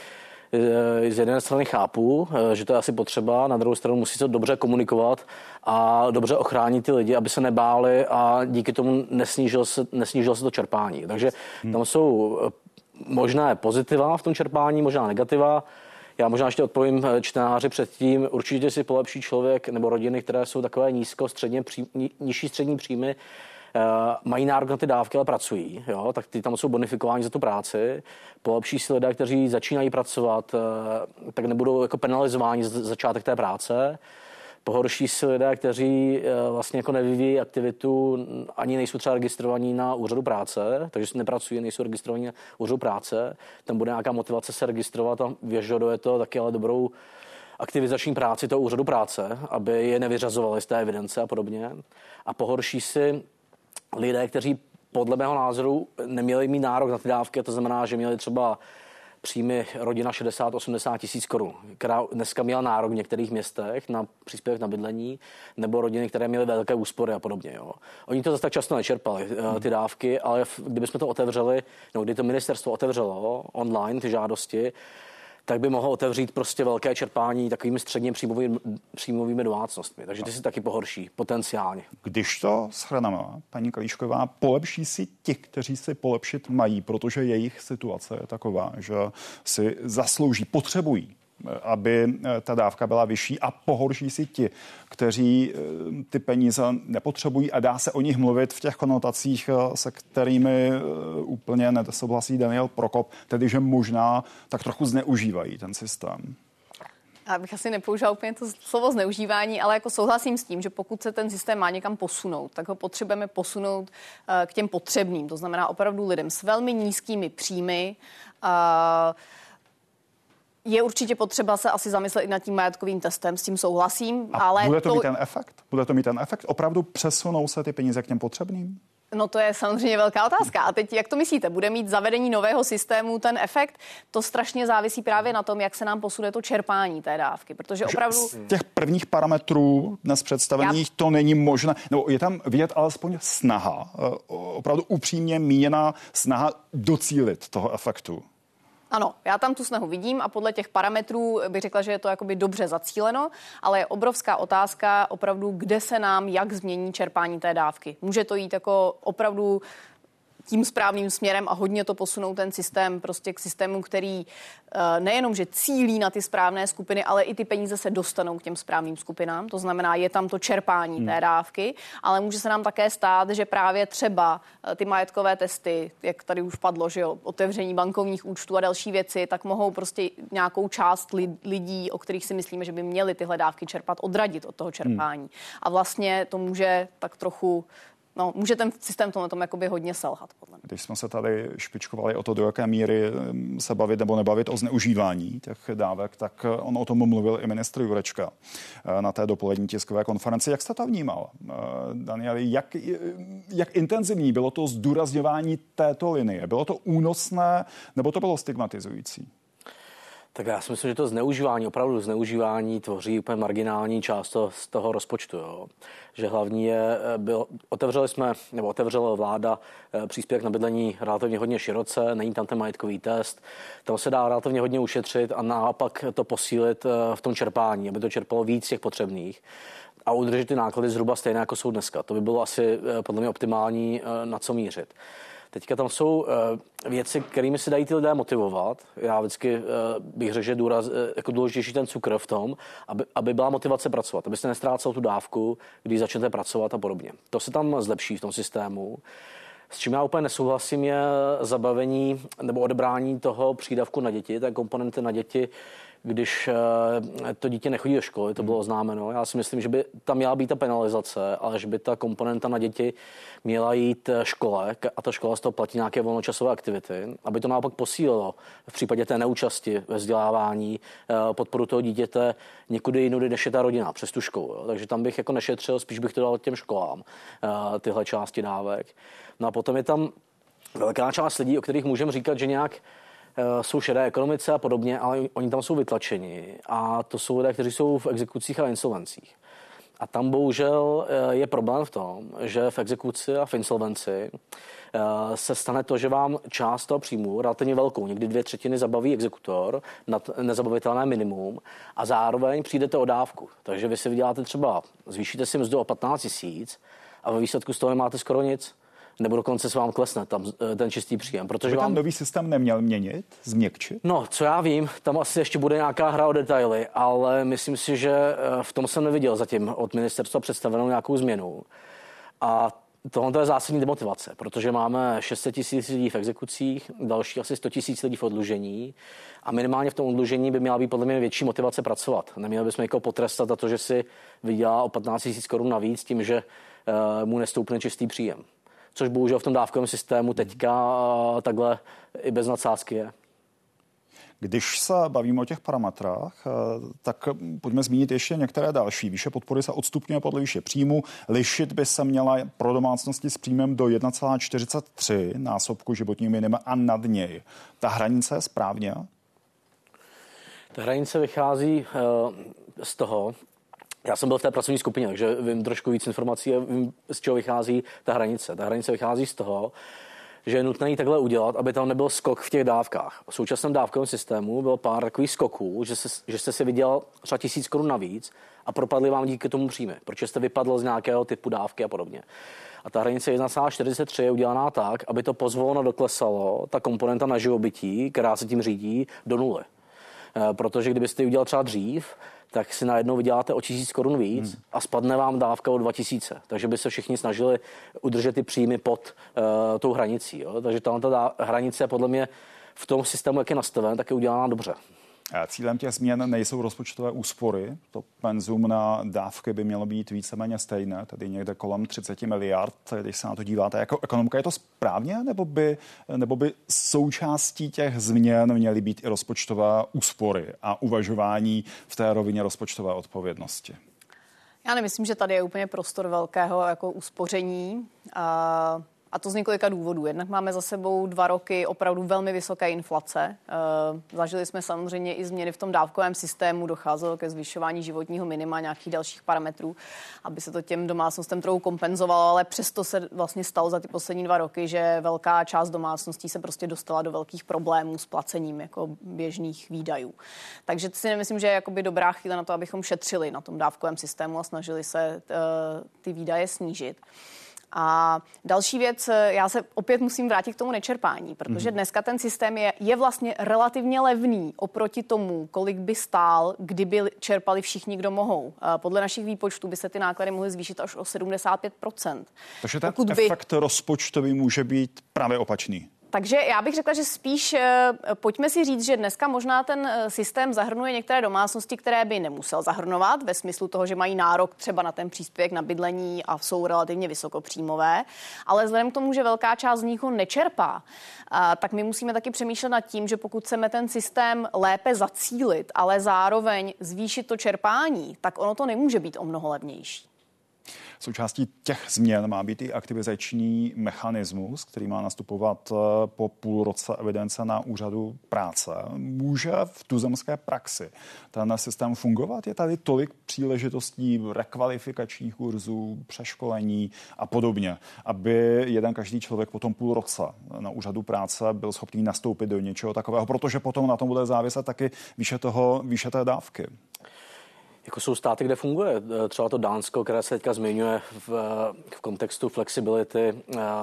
z jedné strany chápu, že to je asi potřeba, na druhou stranu musí to dobře komunikovat a dobře ochránit ty lidi, aby se nebáli a díky tomu nesnížilo se to čerpání. Takže tam jsou možné pozitiva v tom čerpání, možná negativa. Já možná ještě odpovím čtenáři předtím. Určitě si polepší člověk nebo rodiny, které jsou takové nižší střední příjmy, mají nárok na ty dávky, ale pracují, jo? Tak ty tam jsou bonifikováni za tu práci. Polepší si lidé, kteří začínají pracovat, tak nebudou jako penalizováni za začátek té práce. Pohorší si lidé, kteří vlastně jako nevyvíjí aktivitu, ani nejsou třeba registrovaní na úřadu práce, takže nepracují, nejsou registrovaní na úřadu práce. Tam bude nějaká motivace se registrovat a vyžaduje to taky ale dobrou aktivizační práci toho úřadu práce, aby je nevyřazovali z té evidence a podobně. A pohorší si lidé, kteří podle mého názoru neměli mít nárok na ty dávky, to znamená, že měli třeba příjmy rodina 60-80 tisíc korun, která dneska měla nárok v některých městech na příspěvek na bydlení, nebo rodiny, které měly velké úspory a podobně. Jo. Oni to zase tak často nečerpali, ty dávky, ale kdybychom to otevřeli, nebo kdy to ministerstvo otevřelo online ty žádosti, tak by mohlo otevřít prostě velké čerpání takovými středně příjmovými domácnostmi. Takže ty si taky pohorší potenciálně. Když to shrneme, paní Kalíšková, polepší si ti, kteří si polepšit mají, protože jejich situace je taková, že si zaslouží, potřebují, aby ta dávka byla vyšší, a pohorší si ti, kteří ty peníze nepotřebují a dá se o nich mluvit v těch konotacích, se kterými úplně nesouhlasí Daniel Prokop, tedy že možná tak trochu zneužívají ten systém. Já bych asi nepoužila úplně to slovo zneužívání, ale jako souhlasím s tím, že pokud se ten systém má někam posunout, tak ho potřebujeme posunout k těm potřebným. To znamená opravdu lidem s velmi nízkými příjmy. Je určitě potřeba se asi zamyslet i nad tím majetkovým testem, s tím souhlasím. Ale bude to mít ten efekt? Bude to mít ten efekt? Opravdu přesunou se ty peníze k těm potřebným? No to je samozřejmě velká otázka. A teď jak to myslíte? Bude mít zavedení nového systému ten efekt? To strašně závisí právě na tom, jak se nám posune to čerpání té dávky. Protože opravdu z těch prvních parametrů dnes představených to není možné. No, je tam vidět alespoň snaha, opravdu upřímně míněná snaha docílit toho efektu. Ano, já tam tu snahu vidím a podle těch parametrů bych řekla, že je to jakoby dobře zacíleno, ale je obrovská otázka opravdu, kde se nám jak změní čerpání té dávky. Může to jít jako opravdu tím správným směrem a hodně to posunou ten systém prostě k systému, který nejenom, že cílí na ty správné skupiny, ale i ty peníze se dostanou k těm správným skupinám. To znamená, je tam to čerpání té dávky, ale může se nám také stát, že právě třeba ty majetkové testy, jak tady už padlo, že jo, otevření bankovních účtů a další věci, tak mohou prostě nějakou část lidí, o kterých si myslíme, že by měli tyhle dávky čerpat, odradit od toho čerpání. A vlastně to může tak trochu může ten systém tomhle tom jakoby hodně selhat. Podle mě. Když jsme se tady špičkovali o to, do jaké míry se bavit nebo nebavit o zneužívání těch dávek, tak on o tom mluvil i ministr Jurečka na té dopolední tiskové konferenci. Jak jste to vnímal, Danieli? Jak intenzivní bylo to zdůrazňování této linie? Bylo to únosné nebo to bylo stigmatizující? Tak já si myslím, že to zneužívání, opravdu tvoří úplně marginální část z toho rozpočtu. Jo. Že hlavní je, otevřela vláda příspěvek na bydlení relativně hodně široce, není tam ten majetkový test, tam se dá relativně hodně ušetřit a naopak to posílit v tom čerpání, aby to čerpalo víc těch potřebných a udržet ty náklady zhruba stejné, jako jsou dneska. To by bylo asi podle mě optimální, na co mířit. Teďka tam jsou věci, kterými se dají ty lidé motivovat. Já vždycky bych řekl, že jako důležitější ten cukr v tom, aby byla motivace pracovat, abyste nestrácel tu dávku, když začnete pracovat a podobně. To se tam zlepší v tom systému. S čím já úplně nesouhlasím je zabavení nebo odebrání toho přídavku na děti, té komponenty na děti, když to dítě nechodí do školy, to bylo oznámeno. Já si myslím, že by tam měla být ta penalizace, ale že by ta komponenta na děti měla jít škole a ta škola z toho platí nějaké volnočasové aktivity, aby to naopak posílilo v případě té neúčasti ve vzdělávání podporu toho dítěte někudy jinudy, než je ta rodina přes tu školu. Jo. Takže tam bych jako nešetřil, spíš bych to dal těm školám, tyhle části dávek. No a potom je tam velká část lidí, o kterých můžeme říkat, že nějak jsou šedé ekonomice a podobně, ale oni tam jsou vytlačeni a to jsou lidé, kteří jsou v exekucích a insolvencích. A tam bohužel je problém v tom, že v exekuci a v insolvenci se stane to, že vám část toho příjmu, relativně velkou, někdy 2/3 zabaví exekutor nad nezabavitelné minimum a zároveň přijdete o dávku. Takže vy si vyděláte třeba, zvýšíte si mzdu o 15 000 a ve výsledku z toho nemáte skoro nic. Nebo dokonce se vám klesne tam ten čistý příjem. Protože tam nový systém neměl měnit, změkčit? No, co já vím, tam asi ještě bude nějaká hra o detaily, ale myslím si, že v tom jsem neviděl zatím od ministerstva představenou nějakou změnu. A tohle je zásadní demotivace, protože máme 600 000 lidí v exekucích, další asi 100 000 lidí v oddlužení a minimálně v tom oddlužení by měla být podle mě větší motivace pracovat. Neměli bychom někoho potrestat za to, že si vydělá o 15 000 korun navíc tím, že mu nestoupne čistý příjem. Což bohužel v tom dávkovém systému teďka takhle i bez nadsázky je. Když se bavíme o těch parametrách, tak pojďme zmínit ještě některé další. Výše podpory se odstupňuje podle výše příjmu. Lišit by se měla pro domácnosti s příjmem do 1,43 násobku životního minima a nad něj. Ta hranice je správně? Ta hranice vychází z toho, já jsem byl v té pracovní skupině, takže vím trošku víc informací a vím, z čeho vychází ta hranice. Ta hranice vychází z toho, že je nutné ji takhle udělat, aby tam nebyl skok v těch dávkách. V současném dávkovém systému bylo pár takových skoků, že jste si vydělal třeba 1000 korun navíc a propadly vám díky tomu příjmy, protože jste vypadl z nějakého typu dávky a podobně. A ta hranice 1,43 je udělaná tak, aby to pozvolno doklesalo, ta komponenta na živobytí, která se tím řídí, do nuly. Protože kdybyste ji udělal třeba dřív, tak si najednou vyděláte o 1000 korun víc a spadne vám dávka o 2000. Takže by se všichni snažili udržet ty příjmy pod tou hranicí. Jo? Takže ta hranice podle mě v tom systému, jak je nastaven, tak je udělána dobře. Cílem těch změn nejsou rozpočtové úspory. To penzum na dávky by mělo být víceméně stejné, tedy někde kolem 30 miliard. Když se na to díváte jako ekonomka, je to správně, nebo by součástí těch změn měly být i rozpočtové úspory a uvažování v té rovině rozpočtové odpovědnosti? Já nemyslím, že tady je úplně prostor velkého jako uspoření. A to z několika důvodů. Jednak máme za sebou 2 roky opravdu velmi vysoké inflace. Zažili jsme samozřejmě i změny v tom dávkovém systému, docházelo ke zvyšování životního minima, nějakých dalších parametrů, aby se to těm domácnostem trochu kompenzovalo, ale přesto se vlastně stalo za ty poslední 2 roky, že velká část domácností se prostě dostala do velkých problémů s placením jako běžných výdajů. Takže si nemyslím, že je jakoby dobrá chvíle na to, abychom šetřili na tom dávkovém systému a snažili se ty výdaje snížit. A další věc, já se opět musím vrátit k tomu nečerpání, protože dneska ten systém je vlastně relativně levný oproti tomu, kolik by stál, kdyby čerpali všichni, kdo mohou. Podle našich výpočtů by se ty náklady mohly zvýšit až o 75%. Takže ten efekt rozpočtový může být právě opačný. Takže já bych řekla, že spíš pojďme si říct, že dneska možná ten systém zahrnuje některé domácnosti, které by nemusel zahrnovat ve smyslu toho, že mají nárok třeba na ten příspěvek na bydlení a jsou relativně vysokopříjmové, ale vzhledem k tomu, že velká část z nich ho nečerpá, tak my musíme taky přemýšlet nad tím, že pokud chceme ten systém lépe zacílit, ale zároveň zvýšit to čerpání, tak ono to nemůže být o mnoho levnější. Součástí těch změn má být i aktivizační mechanismus, který má nastupovat po půl roce evidence na úřadu práce. Může v tuzemské praxi ten systém fungovat? Je tady tolik příležitostí rekvalifikačních kurzů, přeškolení a podobně, aby jeden každý člověk po tom půl roce na úřadu práce byl schopný nastoupit do něčeho takového, protože potom na tom bude záviset taky výše té dávky. Jako jsou státy, kde funguje. Třeba to Dánsko, které se teďka zmiňuje v kontextu flexibility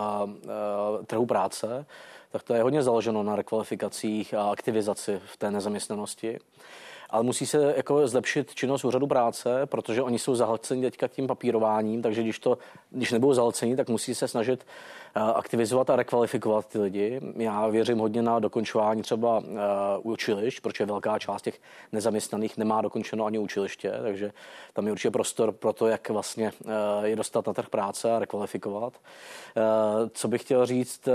trhu práce, tak to je hodně založeno na rekvalifikacích a aktivizaci v té nezaměstnanosti. Ale musí se jako zlepšit činnost úřadu práce, protože oni jsou zahlceni teďka tím papírováním, takže když nebudou zahlceni, tak musí se snažit aktivizovat a rekvalifikovat ty lidi. Já věřím hodně na dokončování třeba učilišť, protože velká část těch nezaměstnaných nemá dokončeno ani učiliště, takže tam je určitě prostor pro to, jak vlastně je dostat na trh práce a rekvalifikovat. Co bych chtěl říct,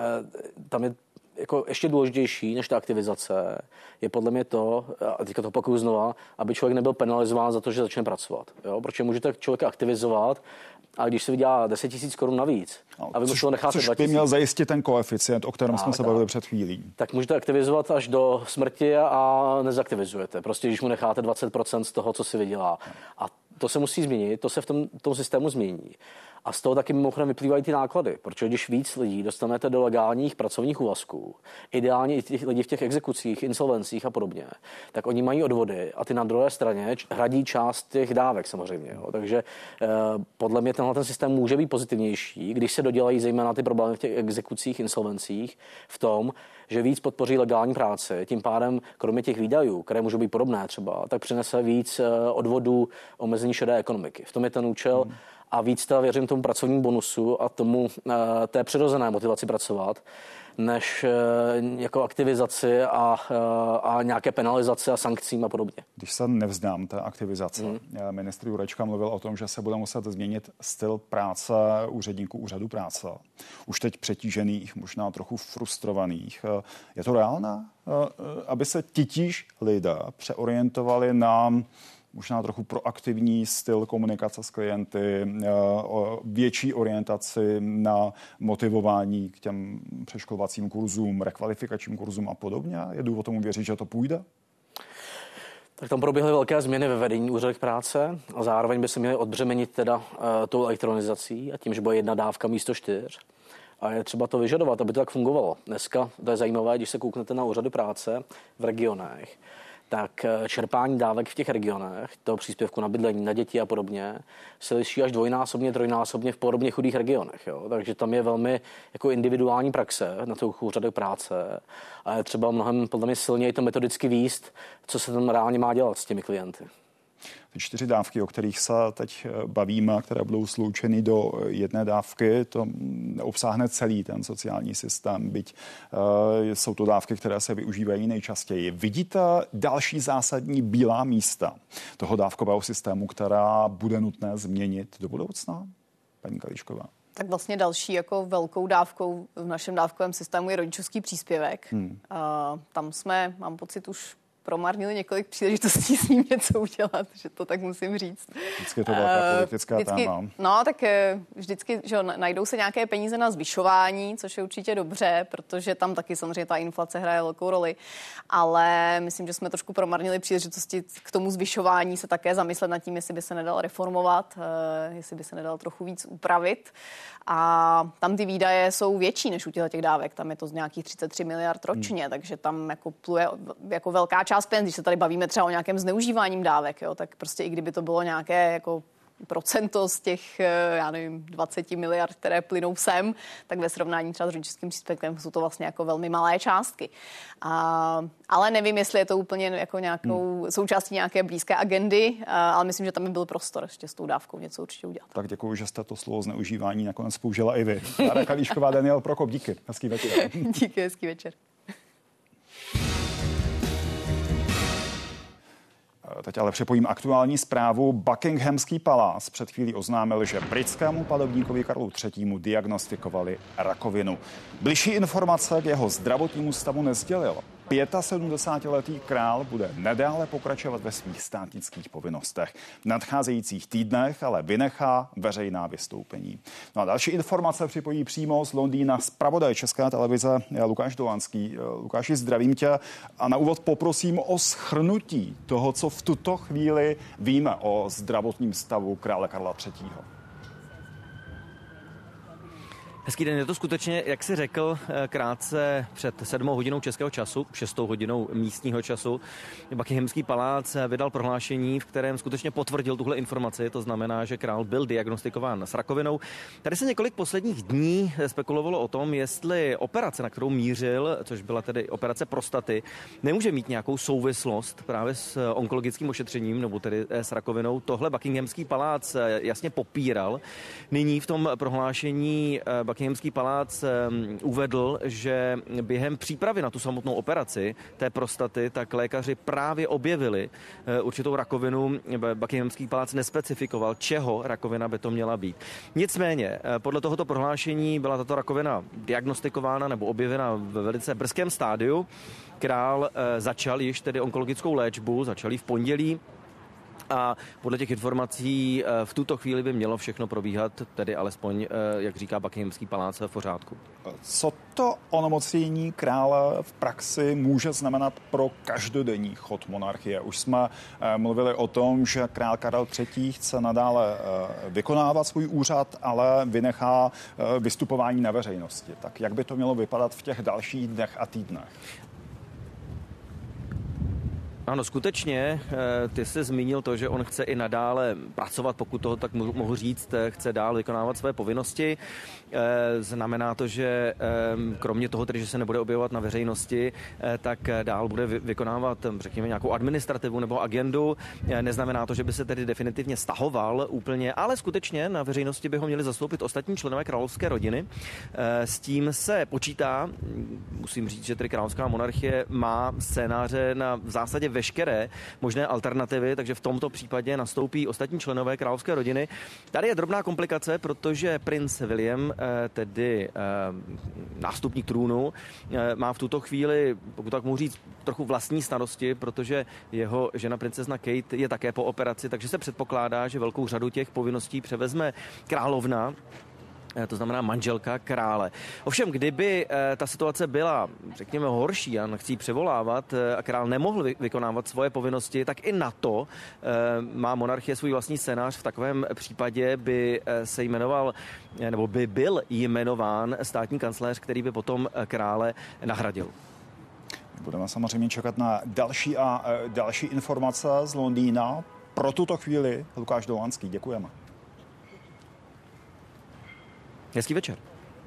tam je jako ještě důležitější než ta aktivizace je podle mě to, a teďka to opakuju znova, aby člověk nebyl penalizován za to, že začne pracovat. Jo? Protože můžete člověka aktivizovat, a když se vydělá 10 000 korun navíc, a vy musíte nechat 2 000. Což by měl zajistit ten koeficient, o kterém jsme se bavili před chvílí. Tak můžete aktivizovat až do smrti a nezaktivizujete. Prostě když mu necháte 20% z toho, co si vydělá. A to se musí změnit, to se v tom systému změní. A z toho taky mimochodem vyplývají ty náklady, protože když víc lidí dostanete do legálních pracovních úvazků, ideálně i těch lidí v těch exekucích, insolvencích a podobně, tak oni mají odvody a ty na druhé straně hradí část těch dávek samozřejmě. Jo. Takže podle mě ten systém může být pozitivnější, když se dodělají zejména ty problémy v těch exekucích, insolvencích v tom, že víc podpoří legální práci, tím pádem kromě těch výdajů, které můžou být podobné třeba, tak přinese víc odvodů omezení šedé ekonomiky. V tom je ten účel. A víc věřím tomu pracovnímu bonusu a tomu té přirozené motivaci pracovat, než jako aktivizaci a nějaké penalizace a sankcím a podobně. Když se nevzdám té aktivizace, ministr Jurečka mluvil o tom, že se bude muset změnit styl práce úředníků úřadu práce. Už teď přetížených, možná trochu frustrovaných. Je to reálné, aby se titíž lidé přeorientovali na možná trochu proaktivní styl komunikace s klienty, větší orientaci na motivování k těm přeškolovacím kurzům, rekvalifikačním kurzům a podobně? Je důvod tomu věřit, že to půjde? Tak tam proběhly velké změny ve vedení úřadů práce a zároveň by se měly odbřemenit teda tou elektronizací a tím, že bude 1 dávka místo 4. A je třeba to vyžadovat, aby to tak fungovalo. Dneska, to je zajímavé, když se kouknete na úřady práce v regionech, tak čerpání dávek v těch regionech, toho příspěvku na bydlení, na děti a podobně, se liší až 2násobně, 3násobně v podobně chudých regionech. Jo? Takže tam je velmi jako individuální praxe na těch úřadech práce a je třeba mnohem podle mě silněji to metodicky víst, co se tam reálně má dělat s těmi klienty. Ty 4 dávky, o kterých se teď bavíme, které budou sloučeny do 1 dávky, to obsáhne celý ten sociální systém, byť jsou to dávky, které se využívají nejčastěji. Vidíte další zásadní bílá místa toho dávkového systému, která bude nutné změnit do budoucna? Paní Kališková. Tak vlastně další jako velkou dávkou v našem dávkovém systému je rodičovský příspěvek. Tam jsme, mám pocit, už promarnili několik příležitostí s ním něco udělat, že to tak musím říct. Vždycky je to velká politická téma. No, tak vždycky, že najdou se nějaké peníze na zvyšování, což je určitě dobře, protože tam taky samozřejmě ta inflace hraje velkou roli, ale myslím, že jsme trošku promarnili příležitosti k tomu zvyšování se také zamyslet nad tím, jestli by se nedal reformovat, jestli by se nedal trochu víc upravit. A tam ty výdaje jsou větší než u těch dávek. Tam je to z nějakých 33 miliard ročně, takže tam jako pluje jako velká část peněz. Když se tady bavíme třeba o nějakém zneužíváním dávek, jo, tak prostě i kdyby to bylo nějaké jako procento z těch, já nevím, 20 miliard, které plynou sem, tak ve srovnání třeba s rodičovským příspěvkem jsou to vlastně jako velmi malé částky. Ale nevím, jestli je to úplně jako nějakou součástí nějaké blízké agendy, ale myslím, že tam by byl prostor ještě s tou dávkou něco určitě udělat. Tak děkuji, že jste to slovo zneužívání nakonec použila i vy. Klára Kalíšková, Daniel Prokop, díky. Hezký večer. Díky, hezký večer. Teď ale připojím aktuální zprávu. Buckinghamský palác před chvílí oznámil, že britskému panovníkovi Karlu III. Diagnostikovali rakovinu. Bližší informace k jeho zdravotnímu stavu nesdělil. 75letý král bude nadále pokračovat ve svých státnických povinnostech. V nadcházejících týdnech ale vynechá veřejná vystoupení. No a další informace připojí přímo z Londýna zpravodaj České televize Lukáš Dolanský. Lukáši, zdravím tě a na úvod poprosím o shrnutí toho, co v tuto chvíli víme o zdravotním stavu krále Karla III. Hezký den, je to skutečně, jak jsi řekl, krátce před 7 hodinou českého času, 6 hodinou místního času. Buckinghamský palác vydal prohlášení, v kterém skutečně potvrdil tuhle informaci, to znamená, že král byl diagnostikován s rakovinou. Tady se několik posledních dní spekulovalo o tom, jestli operace, na kterou mířil, což byla tedy operace prostaty, nemůže mít nějakou souvislost právě s onkologickým ošetřením, nebo tedy s rakovinou. Tohle Buckinghamský palác jasně popíral. Nyní v tom prohlášení Buckinghamský palác uvedl, že během přípravy na tu samotnou operaci té prostaty, tak lékaři právě objevili určitou rakovinu. Buckinghamský palác nespecifikoval, čeho rakovina by to měla být. Nicméně, podle tohoto prohlášení byla tato rakovina diagnostikována nebo objevena ve velice brzkém stádiu. Král začal již tedy onkologickou léčbu, začal ji v pondělí. A podle těch informací v tuto chvíli by mělo všechno probíhat, tedy alespoň, jak říká Buckinghamský palác, v pořádku. Co to onemocnění krále v praxi může znamenat pro každodenní chod monarchie? Už jsme mluvili o tom, že král Karel III. Chce nadále vykonávat svůj úřad, ale vynechá vystupování na veřejnosti. Tak jak by to mělo vypadat v těch dalších dnech a týdnech? Ano, skutečně, ty jsi zmínil to, že on chce i nadále pracovat, pokud toho tak mohu říct, chce dál vykonávat své povinnosti. Znamená to, že kromě toho, tedy, že se nebude objevovat na veřejnosti, tak dál bude vykonávat, řekněme, nějakou administrativu nebo agendu. Neznamená to, že by se tedy definitivně stahoval úplně, ale skutečně na veřejnosti by ho měli zastoupit ostatní členové královské rodiny. S tím se počítá, musím říct, že tedy královská monarchie má scénáře na v zásadě veškeré možné alternativy, takže v tomto případě nastoupí ostatní členové královské rodiny. Tady je drobná komplikace, protože princ William, tedy nástupník trůnu, má v tuto chvíli, pokud tak mohu říct, trochu vlastní starosti, protože jeho žena princezna Kate je také po operaci, takže se předpokládá, že velkou řadu těch povinností převezme královna, to znamená manželka krále. Ovšem, kdyby ta situace byla, řekněme, horší a nechci převolávat a král nemohl vykonávat svoje povinnosti, tak i na to má monarchie svůj vlastní scénář. V takovém případě by se jmenoval, nebo by byl jmenován státní kancléř, který by potom krále nahradil. Budeme samozřejmě čekat na další informace z Londýna. Pro tuto chvíli Lukáš Dolanský, děkujeme. Hezký večer.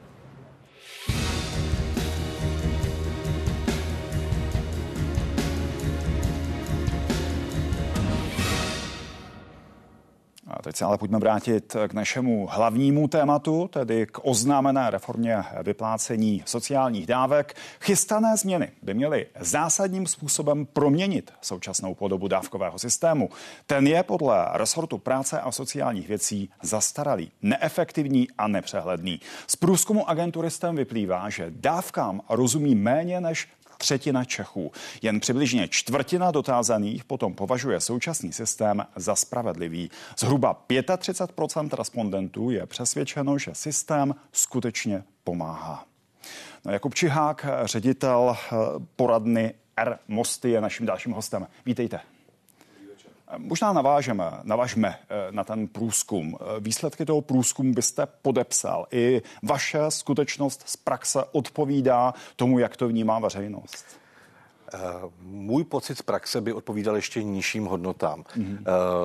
A teď se ale pojďme vrátit k našemu hlavnímu tématu, tedy k oznámené reformě vyplácení sociálních dávek. Chystané změny by měly zásadním způsobem proměnit současnou podobu dávkového systému. Ten je podle resortu práce a sociálních věcí zastaralý, neefektivní a nepřehledný. Z průzkumu agentury STEM vyplývá, že dávkám rozumí méně než třetina Čechů. Jen přibližně čtvrtina dotázaných potom považuje současný systém za spravedlivý. Zhruba 35% respondentů je přesvědčeno, že systém skutečně pomáhá. No, Jakub Čihák, ředitel poradny R-Mosty, je naším dalším hostem. Vítejte. Možná navážme na ten průzkum. Výsledky toho průzkumu byste podepsal. I vaše skutečnost z praxe odpovídá tomu, jak to vnímá veřejnost? Můj pocit z praxe by odpovídal ještě nižším hodnotám.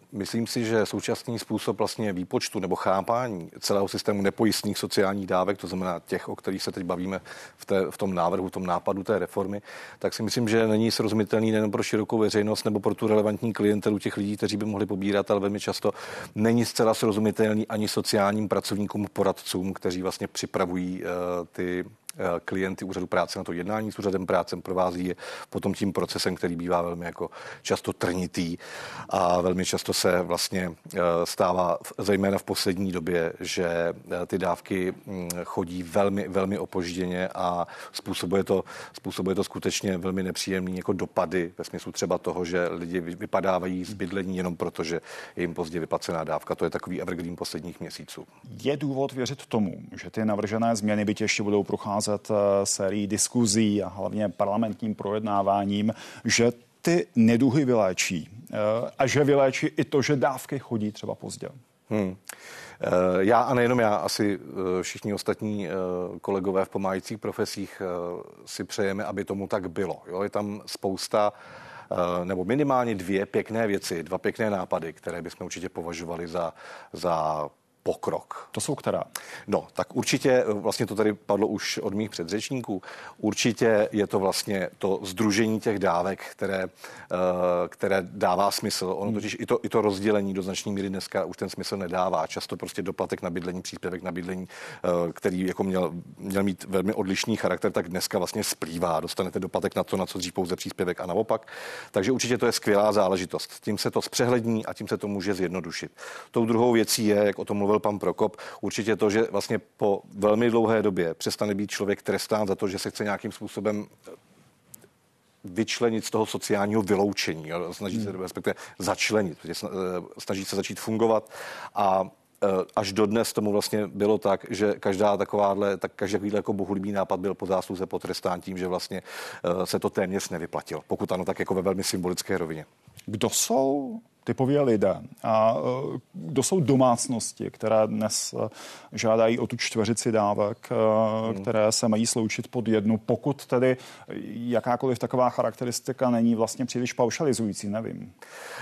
Myslím si, že současný způsob vlastně výpočtu nebo chápání celého systému nepojistných sociálních dávek, to znamená těch, o kterých se teď bavíme v tom návrhu, v tom nápadu té reformy, tak si myslím, že není srozumitelný nejen pro širokou veřejnost nebo pro tu relevantní klientelu těch lidí, kteří by mohli pobírat, ale velmi často není zcela srozumitelný ani sociálním pracovníkům, poradcům, kteří vlastně připravují ty klienty úřadu práce na to jednání s úřadem práce, provází je potom tím procesem, který bývá velmi jako často trnitý a velmi často se vlastně stává, zejména v poslední době, že ty dávky chodí velmi, velmi opožděně a způsobuje to skutečně velmi nepříjemný jako dopady ve smyslu třeba toho, že lidi vypadávají z bydlení jenom proto, že je jim pozdě vyplacená dávka. To je takový evergreen posledních měsíců. Je důvod věřit tomu, že ty navržené změny byť ještě budou procházet sérií diskuzí a hlavně parlamentním projednáváním, že ty neduhy vyléčí a že vyléčí i to, že dávky chodí třeba pozdě? Já a nejenom já, asi všichni ostatní kolegové v pomáhajících profesích si přejeme, aby tomu tak bylo. Jo? Je tam spousta nebo minimálně dvě pěkné věci, dva pěkné nápady, které bychom určitě považovali za pokrok. To jsou která? No, tak určitě, vlastně to tady padlo už od mých předřečníků, určitě je to vlastně to sdružení těch dávek, které dává smysl. Ono totiž i to rozdělení do značné míry dneska už ten smysl nedává. Často prostě doplatek na bydlení, příspěvek na bydlení, který jako měl mít velmi odlišný charakter, tak dneska vlastně splývá. Dostanete doplatek na to, na co dřív pouze příspěvek a naopak. Takže určitě to je skvělá záležitost. Tím se to zpřehlední a tím se to může zjednodušit. Tou druhou věcí je, jak o tom mluvil pan Prokop, určitě to, že vlastně po velmi dlouhé době přestane být člověk trestán za to, že se chce nějakým způsobem vyčlenit z toho sociálního vyloučení, snaží se respektive začlenit, snaží se začít fungovat a až dodnes tomu vlastně bylo tak, že každý takovýhle jako bohulibý nápad byl po zásluze potrestán tím, že vlastně se to téměř nevyplatilo. Pokud ano, tak jako ve velmi symbolické rovině. Kdo jsou typově lidé a kdo jsou domácnosti, které dnes žádají o tu čtveřici dávek, které se mají sloučit pod jednu, pokud tedy jakákoliv taková charakteristika není vlastně příliš paušalizující, nevím.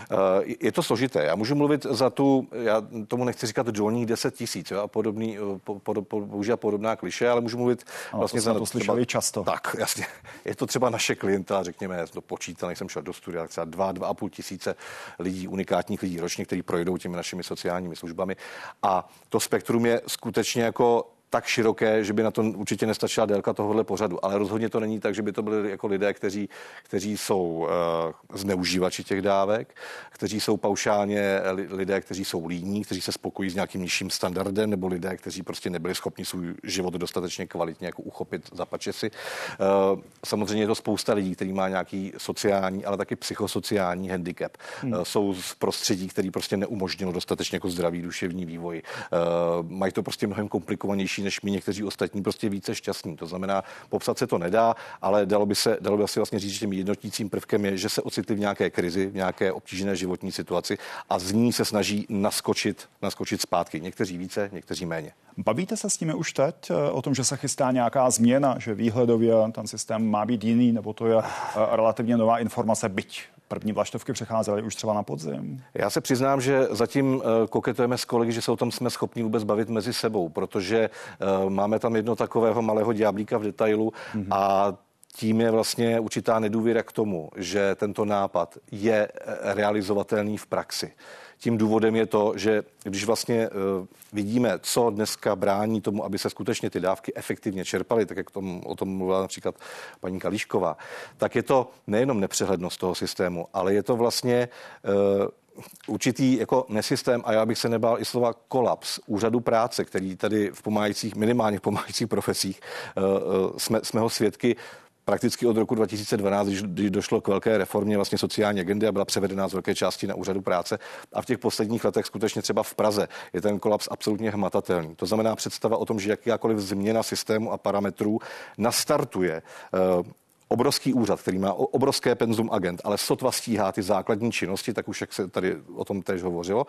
Je to složité. Já můžu mluvit já tomu nechci říkat dolních 10 000 a používat podobná kliše, ale můžu mluvit vlastně to slyšeli často. Tak, jasně. Je to třeba naše klienta, řekněme, to počítal, než jsem šel do studia, tak třeba 2,5 tisíce lidí, unikátních lidí ročně, kteří projdou těmi našimi sociálními službami. A to spektrum je skutečně jako tak široké, že by na to určitě nestačila délka tohohle pořadu. Ale rozhodně to není tak, že by to byli jako lidé, kteří jsou zneužívači těch dávek, kteří jsou paušálně lidé, kteří jsou líní, kteří se spokojí s nějakým nižším standardem, nebo lidé, kteří prostě nebyli schopni svůj život dostatečně kvalitně jako uchopit za pačesy. Samozřejmě je to spousta lidí, kteří má nějaký sociální, ale taky psychosociální handicap. Jsou z prostředí, který prostě neumožnilo dostatečně jako zdravý duševní vývoj. Mají to prostě mnohem komplikovanější než my někteří ostatní, prostě více šťastní. To znamená, popsat se to nedá, ale dalo by se vlastně říct, že tím jednotícím prvkem je, že se ocitli v nějaké krizi, v nějaké obtížné životní situaci a z ní se snaží naskočit zpátky. Někteří více, někteří méně. Bavíte se s nimi už teď o tom, že se chystá nějaká změna, že výhledově ten systém má být jiný, nebo to je relativně nová informace, byť první vlaštovky přecházely už třeba na podzim? Já se přiznám, že zatím koketujeme s kolegy, že se o tom jsme schopni vůbec bavit mezi sebou, protože máme tam jedno takového malého ďáblíka v detailu a tím je vlastně určitá nedůvěra k tomu, že tento nápad je realizovatelný v praxi. Tím důvodem je to, že když vlastně vidíme, co dneska brání tomu, aby se skutečně ty dávky efektivně čerpaly, tak jak o tom mluvila například paní Kalíšková, tak je to nejenom nepřehlednost toho systému, ale je to vlastně určitý jako nesystém a já bych se nebál i slova kolaps úřadu práce, který tady minimálně v pomáhajících profesích jsme ho svědky prakticky od roku 2012, když došlo k velké reformě vlastně sociální agendy a byla převedená z velké části na úřadu práce. A v těch posledních letech skutečně třeba v Praze je ten kolaps absolutně hmatatelný. To znamená představa o tom, že jakákoliv změna systému a parametrů nastartuje obrovský úřad, který má obrovské penzum agent, ale sotva stíhá ty základní činnosti, tak už jak se tady o tom též hovořilo,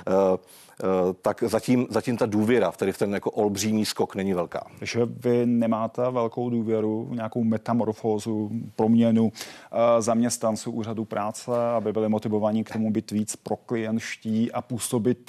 tak zatím ta důvěra v ten jako olbřímý skok není velká. Takže vy nemáte velkou důvěru v nějakou metamorfózu, proměnu zaměstnanců úřadu práce, aby byli motivovaní k tomu být víc proklientští a působit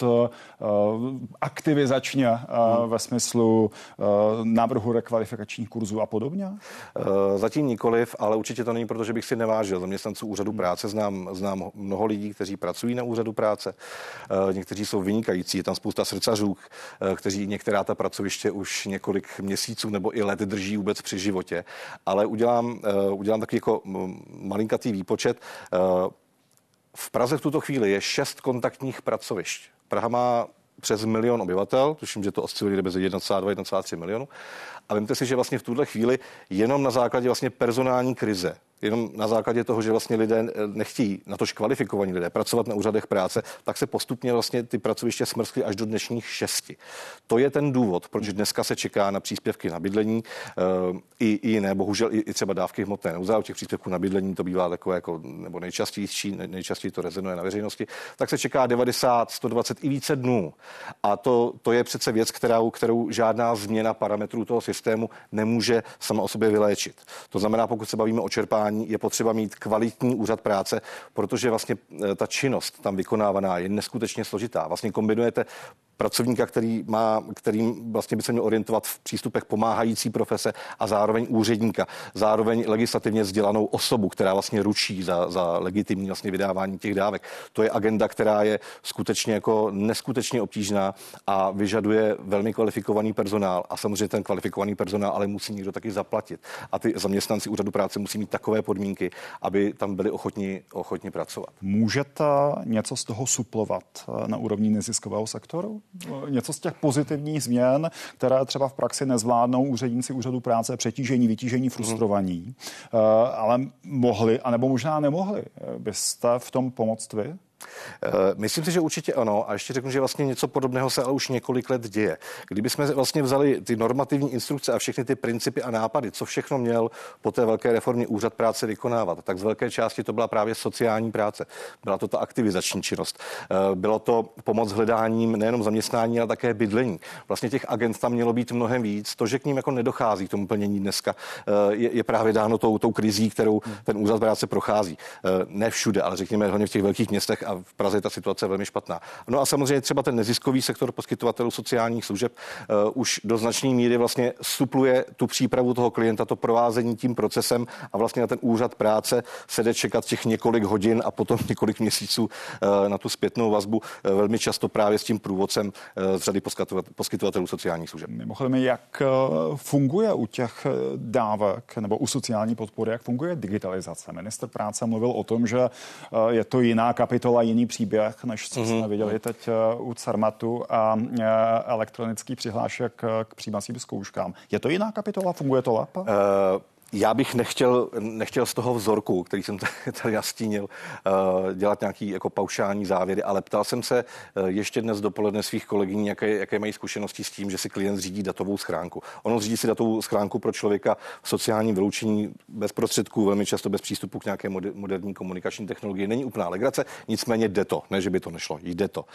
aktivizačně ve smyslu návrhu rekvalifikačních kurzů a podobně? Zatím nikoliv, ale určitě to není proto, že bych si nevážil zaměstnanců úřadu práce. Znám mnoho lidí, kteří pracují na úřadu práce. Někteří jsou vynikající, je tam spousta srdcařů, kteří některá ta pracoviště už několik měsíců nebo i let drží vůbec při životě. Ale udělám takový jako malinkatý výpočet. V Praze v tuto chvíli je 6 kontaktních pracovišť. Praha má přes 1 milion obyvatel, tuším, že to osciluje mezi 1,2-1,3 milionu. A vemte si, že vlastně v tuhle chvíli jenom na základě vlastně personální krize, jenom na základě toho, že vlastně lidé nechtějí, natož kvalifikovaní lidé, pracovat na úřadech práce, tak se postupně vlastně ty pracoviště smrskly až do dnešních 6. To je ten důvod, proč dneska se čeká na příspěvky na bydlení, i jiné, bohužel i třeba dávky hmotné nouze. U těch příspěvků na bydlení to bývá takové jako, nebo nejčastěji to rezonuje na veřejnosti, tak se čeká 90, 120 i více dnů. A to je přece věc, kterou žádná změna parametrů toho systému nemůže sama o sobě vyléčit. To znamená, pokud se bavíme o čerpání, je potřeba mít kvalitní úřad práce, protože vlastně ta činnost tam vykonávaná je neskutečně složitá. Vlastně kombinujete pracovníka, kterým vlastně by se měl orientovat v přístupech pomáhající profese a zároveň úředníka, zároveň legislativně vzdělanou osobu, která vlastně ručí za legitimní vlastně vydávání těch dávek. To je agenda, která je skutečně jako neskutečně obtížná a vyžaduje velmi kvalifikovaný personál a samozřejmě ten kvalifikovaný personál ale musí někdo taky zaplatit. A ty zaměstnanci úřadu práce musí mít takové podmínky, aby tam byli ochotni pracovat. Můžete něco z toho suplovat na úrovni neziskového sektoru? Něco z těch pozitivních změn, které třeba v praxi nezvládnou úředníci úřadu práce, přetížení, vytížení, frustrovaní, ale mohli, anebo možná nemohli. Byste v tom pomoct vy? Myslím si, že určitě ano. A ještě řeknu, že vlastně něco podobného se ale už několik let děje. Kdybychom vlastně vzali ty normativní instrukce a všechny ty principy a nápady, co všechno měl po té velké reformě úřad práce vykonávat, tak z velké části to byla právě sociální práce. Byla to ta aktivizační činnost. Bylo to pomoc hledáním nejenom zaměstnání, ale také bydlení. Vlastně těch agent tam mělo být mnohem víc. To, že k ním jako nedochází k tomu plnění dneska, je právě dáno tou krizí, kterou ten úřad práce prochází. Ne všude, ale řekněme hlavně v těch velkých městech a v Praze je ta situace velmi špatná. No a samozřejmě třeba ten neziskový sektor poskytovatelů sociálních služeb už do značné míry vlastně supluje tu přípravu toho klienta, to provázení tím procesem a vlastně na ten úřad práce se jde čekat těch několik hodin a potom několik měsíců na tu zpětnou vazbu, velmi často právě s tím průvodcem z řady poskytovatelů sociálních služeb. Mimochodem, jak funguje u těch dávek nebo u sociální podpory, jak funguje digitalizace? Ministr práce mluvil o tom, že je to jiná kapitola, jiný příběh, než co jsme viděli teď u Cermatu a elektronický přihlášek k přijímacím zkouškám. Je to jiná kapitola? Funguje to lépe? Já bych nechtěl z toho vzorku, který jsem tady nastínil, dělat nějaký jako paušální závěry, ale ptal jsem se ještě dnes dopoledne svých kolegyní, jaké mají zkušenosti s tím, že si klient zřídí datovou schránku. Ono zřídí si datovou schránku pro člověka v sociálním vyloučení bez prostředků, velmi často bez přístupu k nějaké moderní komunikační technologii. Není úplná legrace, nicméně jde to, ne, že by to nešlo, jde to.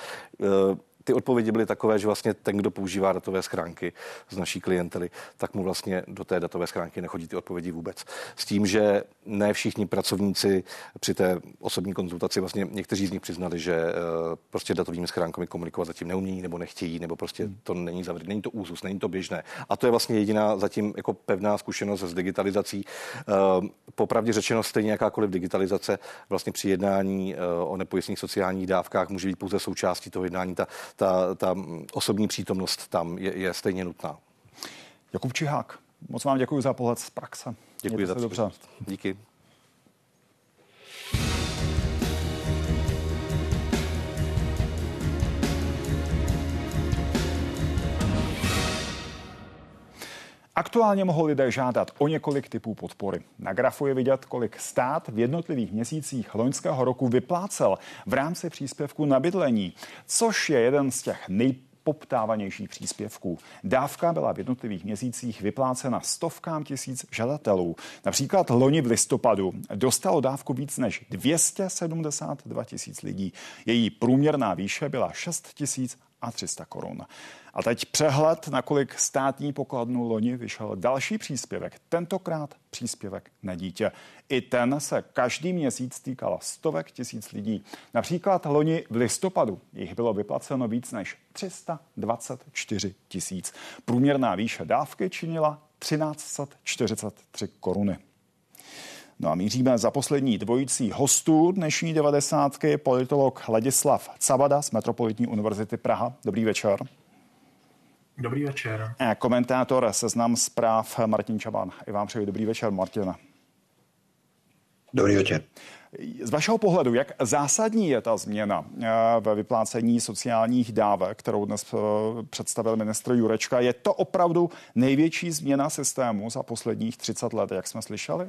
Ty odpovědi byly takové, že vlastně ten, kdo používá datové schránky z naší klientely, tak mu vlastně do té datové schránky nechodí ty odpovědi vůbec. S tím, že ne všichni pracovníci při té osobní konzultaci, vlastně někteří z nich přiznali, že prostě datovými schránkami komunikovat zatím neumějí nebo nechtějí, nebo prostě to není zavedení, není to úzus, není to běžné. A to je vlastně jediná zatím jako pevná zkušenost s digitalizací. Popravdě řečeno, stejně jakákoliv digitalizace vlastně při jednání o nepojistných sociálních dávkách může být pouze součástí toho jednání. Ta osobní přítomnost tam je stejně nutná. Jakub Čihák, moc vám děkuji za pohled z praxe. Děkuji za příležitost. Díky. Aktuálně mohou lidé žádat o několik typů podpory. Na grafu je vidět, kolik stát v jednotlivých měsících loňského roku vyplácel v rámci příspěvku na bydlení, což je jeden z těch nejpoptávanějších příspěvků. Dávka byla v jednotlivých měsících vyplácena stovkám tisíc žadatelů. Například loni v listopadu dostalo dávku víc než 272 tisíc lidí. Její průměrná výše byla 6300 korun. A teď přehled, nakolik státní pokladnu loni vyšel další příspěvek, tentokrát příspěvek na dítě. I ten se každý měsíc týkal stovek tisíc lidí. Například loni v listopadu jich bylo vyplaceno víc než 324 tisíc. Průměrná výše dávky činila 1343 koruny. No a míříme za poslední dvojicí hostů dnešní 90. Politolog Ladislav Cabada z Metropolitní univerzity Praha. Dobrý večer. Dobrý večer. A komentátor Seznam zpráv Martin Čaban. I vám přeji dobrý večer, Martina. Dobrý večer. Z vašeho pohledu, jak zásadní je ta změna ve vyplácení sociálních dávek, kterou dnes představil ministr Jurečka? Je to opravdu největší změna systému za posledních 30 let, jak jsme slyšeli?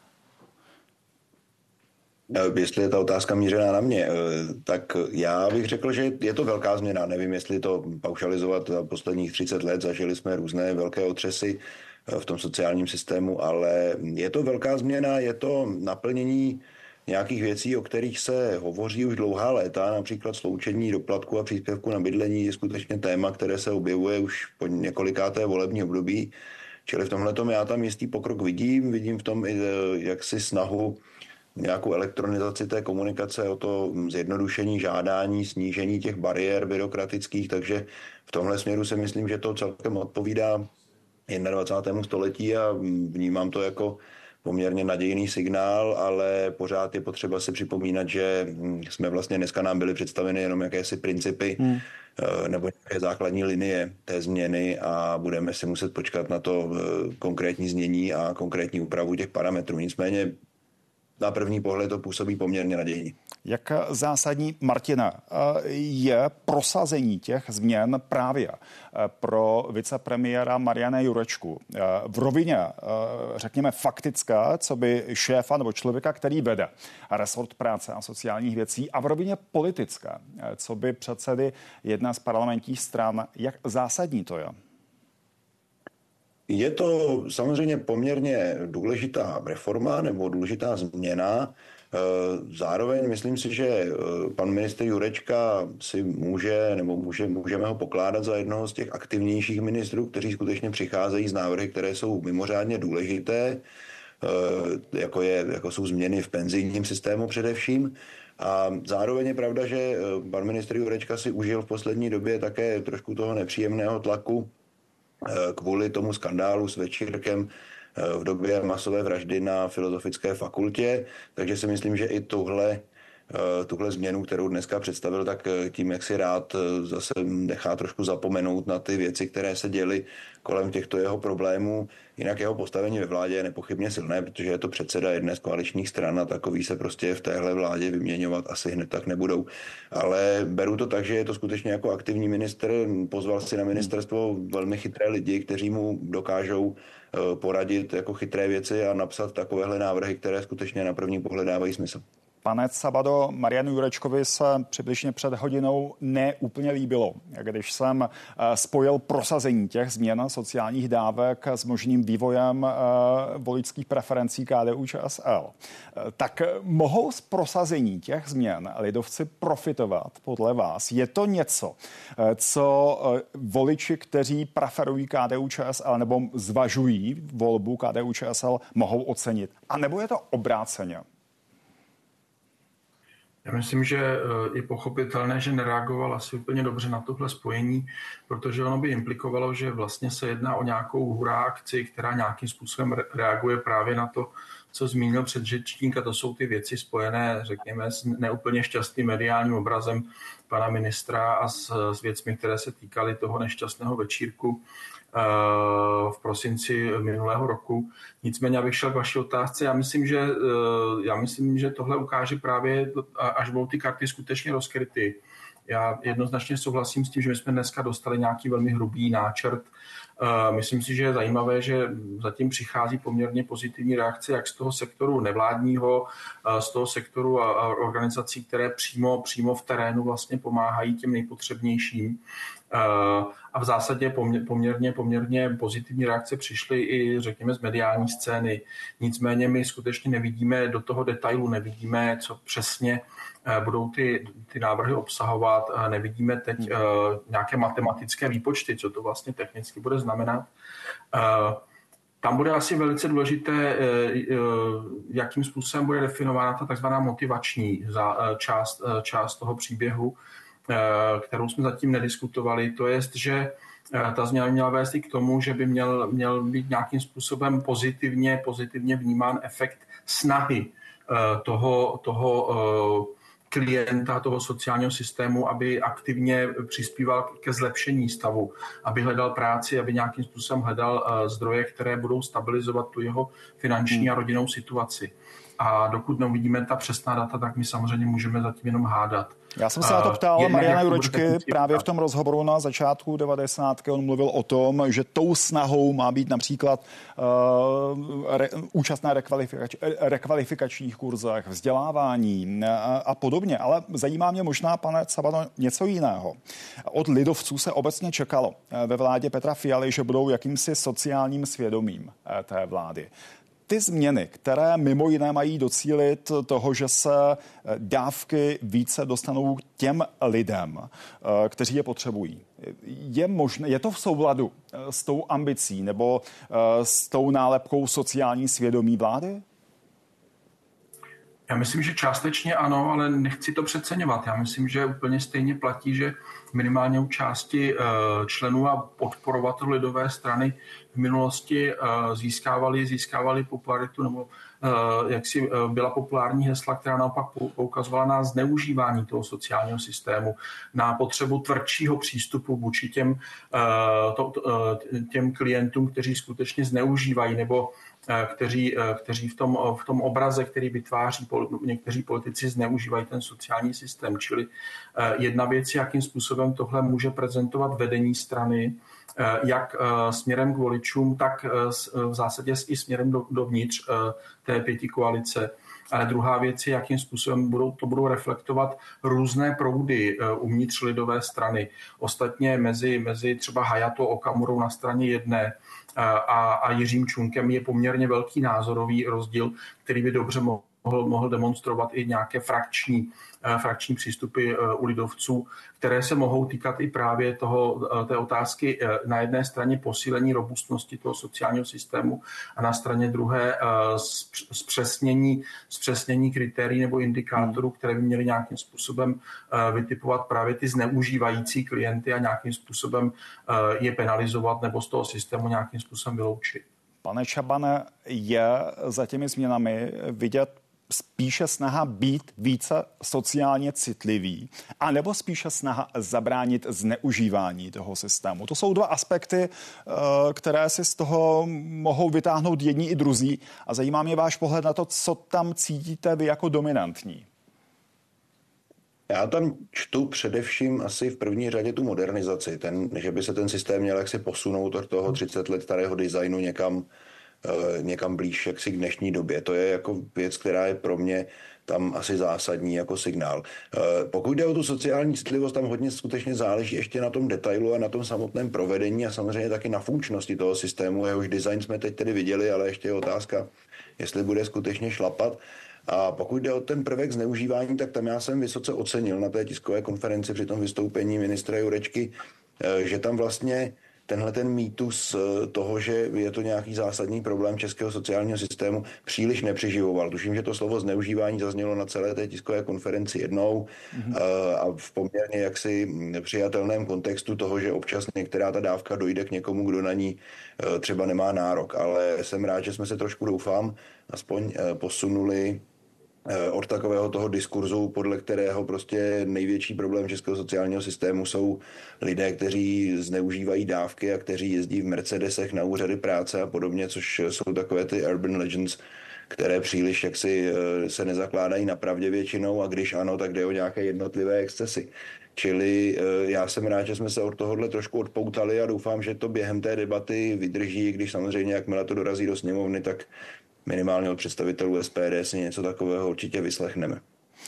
Jestli je ta otázka mířená na mě, tak já bych řekl, že je to velká změna. Nevím, jestli to paušalizovat za posledních 30 let. Zažili jsme různé velké otřesy v tom sociálním systému, ale je to velká změna, je to naplnění nějakých věcí, o kterých se hovoří už dlouhá léta, například sloučení doplatku a příspěvku na bydlení je skutečně téma, které se objevuje už po několikáté volební období. Čili v tomhletom já tam jistý pokrok vidím v tom jaksi snahu nějakou elektronizaci té komunikace, o to zjednodušení žádání, snížení těch bariér byrokratických, takže v tomhle směru si myslím, že to celkem odpovídá 21. století a vnímám to jako poměrně nadějný signál, ale pořád je potřeba si připomínat, že jsme vlastně dneska nám byly představeny jenom jakési principy nebo nějaké základní linie té změny a budeme si muset počkat na to konkrétní znění a konkrétní úpravu těch parametrů. Nicméně na první pohled to působí poměrně nadějně. Jak zásadní, Martina, je prosazení těch změn právě pro vicepremiéra Mariana Jurečku v rovině, řekněme, faktické, co by šéfa nebo člověka, který vede resort práce a sociálních věcí, a v rovině politické, co by předsedy jedna z parlamentních stran, jak zásadní to je? Je to samozřejmě poměrně důležitá reforma nebo důležitá změna. Zároveň myslím si, že pan ministr Jurečka si můžeme ho pokládat za jednoho z těch aktivnějších ministrů, kteří skutečně přicházejí z návrhy, které jsou mimořádně důležité, jako jsou změny v penzijním systému především. A zároveň je pravda, že pan ministr Jurečka si užil v poslední době také trošku toho nepříjemného tlaku kvůli tomu skandálu s večírkem v době masové vraždy na Filozofické fakultě. Takže si myslím, že i tuhle změnu, kterou dneska představil, tak tím, jak si rád zase nechá trošku zapomenout na ty věci, které se děly kolem těchto jeho problémů. Jinak jeho postavení ve vládě je nepochybně silné, protože je to předseda jedné z koaličních stran a takový se prostě v téhle vládě vyměňovat asi hned tak nebudou. Ale beru to tak, že je to skutečně jako aktivní ministr, pozval si na ministerstvo velmi chytré lidi, kteří mu dokážou poradit jako chytré věci a napsat takovéhle návrhy, které skutečně na první pohled dávají smysl. Pane Cabado, Marianu Jurečkovi se přibližně před hodinou neúplně líbilo, když jsem spojil prosazení těch změn sociálních dávek s možným vývojem voličských preferencí KDU-ČSL. Tak mohou z prosazení těch změn lidovci profitovat podle vás? Je to něco, co voliči, kteří preferují KDU-ČSL nebo zvažují volbu KDU-ČSL, mohou ocenit? A nebo je to obráceně? Já myslím, že je pochopitelné, že nereagoval asi úplně dobře na tohle spojení, protože ono by implikovalo, že vlastně se jedná o nějakou hurá akci, která nějakým způsobem reaguje právě na to, co zmínil předřečník, a to jsou ty věci spojené, řekněme, s neúplně šťastným mediálním obrazem pana ministra a s věcmi, které se týkaly toho nešťastného večírku v prosinci minulého roku. Nicméně, abych šel k vaší otázce, já myslím, že tohle ukáže právě, až budou ty karty skutečně rozkryty. Já jednoznačně souhlasím s tím, že my jsme dneska dostali nějaký velmi hrubý náčrt. Myslím si, že je zajímavé, že zatím přichází poměrně pozitivní reakce jak z toho sektoru nevládního, z toho sektoru a organizací, které přímo v terénu vlastně pomáhají těm nejpotřebnějším. A v zásadě poměrně pozitivní reakce přišly i, řekněme, z mediální scény. Nicméně my skutečně nevidíme do toho detailu, nevidíme, co přesně budou ty návrhy obsahovat, nevidíme teď nějaké matematické výpočty, co to vlastně technicky bude znamenat. Tam bude asi velice důležité, jakým způsobem bude definována ta takzvaná motivační část toho příběhu, kterou jsme zatím nediskutovali. To je, že ta změna měla vést i k tomu, že by měl být nějakým způsobem pozitivně vnímán efekt snahy toho klienta, toho sociálního systému, aby aktivně přispíval ke zlepšení stavu, aby hledal práci, aby nějakým způsobem hledal zdroje, které budou stabilizovat tu jeho finanční a rodinnou situaci. A dokud neuvidíme ta přesná data, tak my samozřejmě můžeme zatím jenom hádat. Já jsem se na to ptal Mariana Jurečky právě v tom rozhovoru na začátku 90. On mluvil o tom, že tou snahou má být například účast na rekvalifikačních kurzech, vzdělávání a podobně. Ale zajímá mě možná, pane Cabano, něco jiného. Od lidovců se obecně čekalo ve vládě Petra Fialy, že budou jakýmsi sociálním svědomím té vlády. Ty změny, které mimo jiné mají docílit toho, že se dávky více dostanou těm lidem, kteří je potřebují. Je to v souladu s tou ambicí nebo s tou nálepkou sociální svědomí vlády? Já myslím, že částečně ano, ale nechci to přeceňovat. Já myslím, že úplně stejně platí, že minimálně u části členů a podporovatelů lidové strany v minulosti získávali popularitu, nebo jaksi byla populární hesla, která naopak poukazovala na zneužívání toho sociálního systému, na potřebu tvrdšího přístupu vůči těm klientům, kteří skutečně zneužívají, nebo kteří v tom obraze, který vytváří někteří politici, zneužívají ten sociální systém. Čili jedna věc, jakým způsobem tohle může prezentovat vedení strany, jak směrem k voličům, tak v zásadě i směrem dovnitř té pětikoalice. Ale druhá věc je, jakým způsobem budou reflektovat různé proudy uvnitř lidové strany. Ostatně mezi třeba Hayato Okamurou na straně jedné a Jiřím Čunkem je poměrně velký názorový rozdíl, který by dobře mohl demonstrovat i nějaké frakční přístupy u lidovců, které se mohou týkat i právě té otázky na jedné straně posílení robustnosti toho sociálního systému a na straně druhé zpřesnění kritérií nebo indikátorů, které by měly nějakým způsobem vytipovat právě ty zneužívající klienty a nějakým způsobem je penalizovat nebo z toho systému nějakým způsobem vyloučit. Pane Čabane, je za těmi změnami vidět spíše snaha být více sociálně citlivý, anebo spíše snaha zabránit zneužívání toho systému? To jsou dva aspekty, které si z toho mohou vytáhnout jedni i druzí. A zajímá mě váš pohled na to, co tam cítíte vy jako dominantní. Já tam čtu především asi v první řadě tu modernizaci, že by se ten systém měl jaksi posunout od toho 30 let starého designu někam blíž jaksi k dnešní době. To je jako věc, která je pro mě tam asi zásadní jako signál. Pokud jde o tu sociální citlivost, tam hodně skutečně záleží ještě na tom detailu a na tom samotném provedení a samozřejmě taky na funkčnosti toho systému. Jehož design jsme teď tedy viděli, ale ještě je otázka, jestli bude skutečně šlapat. A pokud jde o ten prvek zneužívání, tak tam já jsem vysoce ocenil na té tiskové konferenci při tom vystoupení ministra Jurečky, že tam vlastně tenhle ten mýtus toho, že je to nějaký zásadní problém českého sociálního systému, příliš nepřiživoval. Tuším, že to slovo zneužívání zaznělo na celé té tiskové konferenci jednou a v poměrně jaksi přijatelném kontextu toho, že občas některá ta dávka dojde k někomu, kdo na ní třeba nemá nárok. Ale jsem rád, že jsme se trošku, doufám, aspoň posunuli od takového toho diskurzu, podle kterého prostě největší problém českého sociálního systému jsou lidé, kteří zneužívají dávky a kteří jezdí v Mercedesech na úřady práce a podobně, což jsou takové ty urban legends, které příliš jaksi se nezakládají na pravdě většinou a když ano, tak jde o nějaké jednotlivé excesy. Čili já jsem rád, že jsme se od tohohle trošku odpoutali a doufám, že to během té debaty vydrží, když samozřejmě jakmile to dorazí do sněmovny, tak minimálně od představitelů SPD si něco takového určitě vyslechneme.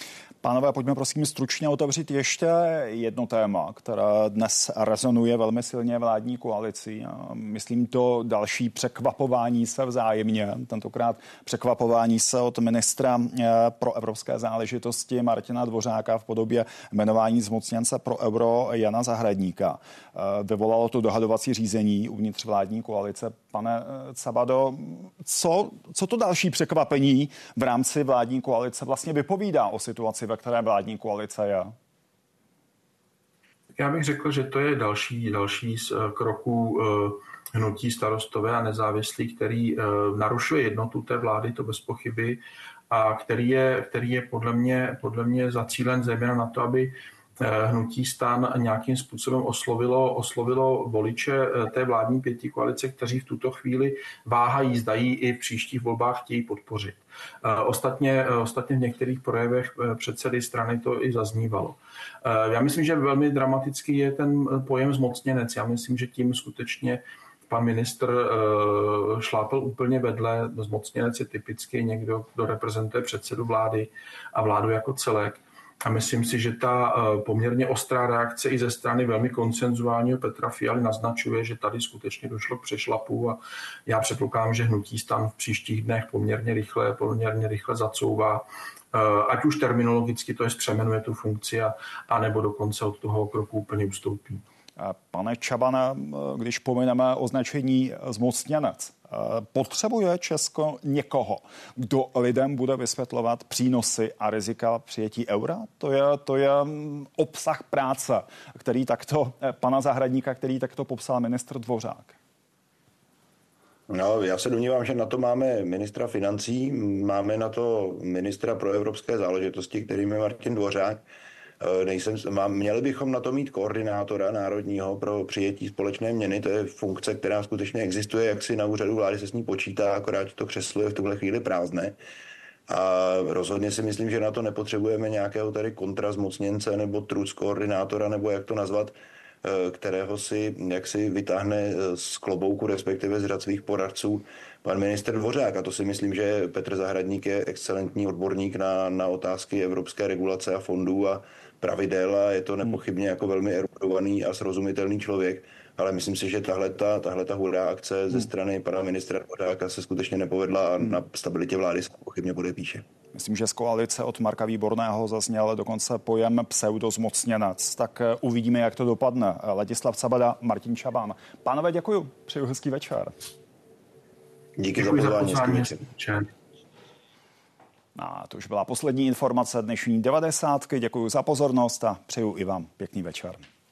Pánové, pojďme prosím stručně otevřít ještě jedno téma, které dnes rezonuje velmi silně vládní koalicí. Myslím to další překvapování se vzájemně, tentokrát překvapování se od ministra pro evropské záležitosti Martina Dvořáka v podobě jmenování zmocněnce pro euro Jana Zahradníka. Vyvolalo to dohadovací řízení uvnitř vládní koalice. Pane Cabado, co to další překvapení v rámci vládní koalice vlastně vypovídá o situaci, ve které vládní koalice je? Já bych řekl, že to je další z kroků hnutí Starostové a nezávislí, který narušuje jednotu té vlády, to bez pochyby, a který je podle mě zacílen zejména na to, aby hnutí STAN nějakým způsobem oslovilo voliče té vládní pětikoalice, kteří v tuto chvíli váhají, zdají i v příštích volbách chtějí podpořit. Ostatně v některých projevech předsedy strany to i zaznívalo. Já myslím, že velmi dramatický je ten pojem zmocněnec. Já myslím, že tím skutečně pan ministr šlápl úplně vedle. Zmocněnec je typicky někdo, kdo reprezentuje předsedu vlády a vládu jako celek. A myslím si, že ta poměrně ostrá reakce i ze strany velmi konsenzuálního Petra Fialy naznačuje, že tady skutečně došlo k přešlapu a já předpokládám, že hnutí STAN v příštích dnech poměrně rychle zacouvá, ať už terminologicky to je přejmenuje tu funkci a nebo dokonce od toho kroku úplně ustoupí. Pane Čabane, když pomineme označení zmocněnec, potřebuje Česko někoho, kdo lidem bude vysvětlovat přínosy a rizika přijetí eura? To je obsah práce, který takto pana Zahradníka, který takto popsal ministr Dvořák. No, já se domnívám, že na to máme ministra financí, máme na to ministra pro evropské záležitosti, kterým je Martin Dvořák. Měli bychom na to mít koordinátora národního pro přijetí společné měny. To je funkce, která skutečně existuje, jak si na úřadu vlády se s ní počítá, akorát to křeslo je v tuhle chvíli prázdné. A rozhodně si myslím, že na to nepotřebujeme nějakého tady kontrazmocněnce nebo truc koordinátora, nebo jak to nazvat, kterého si jaksi vytáhne z klobouku, respektive z řad svých poradců pan ministr Dvořák. A to si myslím, že Petr Zahradník je excelentní odborník na otázky evropské regulace a fondů a pravidel a je to nepochybně jako velmi erudovaný a srozumitelný člověk. Ale myslím si, že tahleta hurá akce ze strany pana ministra Dvořáka se skutečně nepovedla a na stabilitě vlády se pochybně podepíše. Myslím, že z koalice od Marka Výborného zazněl dokonce pojem pseudozmocněnec. Tak uvidíme, jak to dopadne. Ladislav Cabada, Martin Čaban. Pánové, děkuju. Přeju hezký večer. Díky za pozvání. A to už byla poslední informace dnešní 90. Děkuji za pozornost a přeju i vám pěkný večer.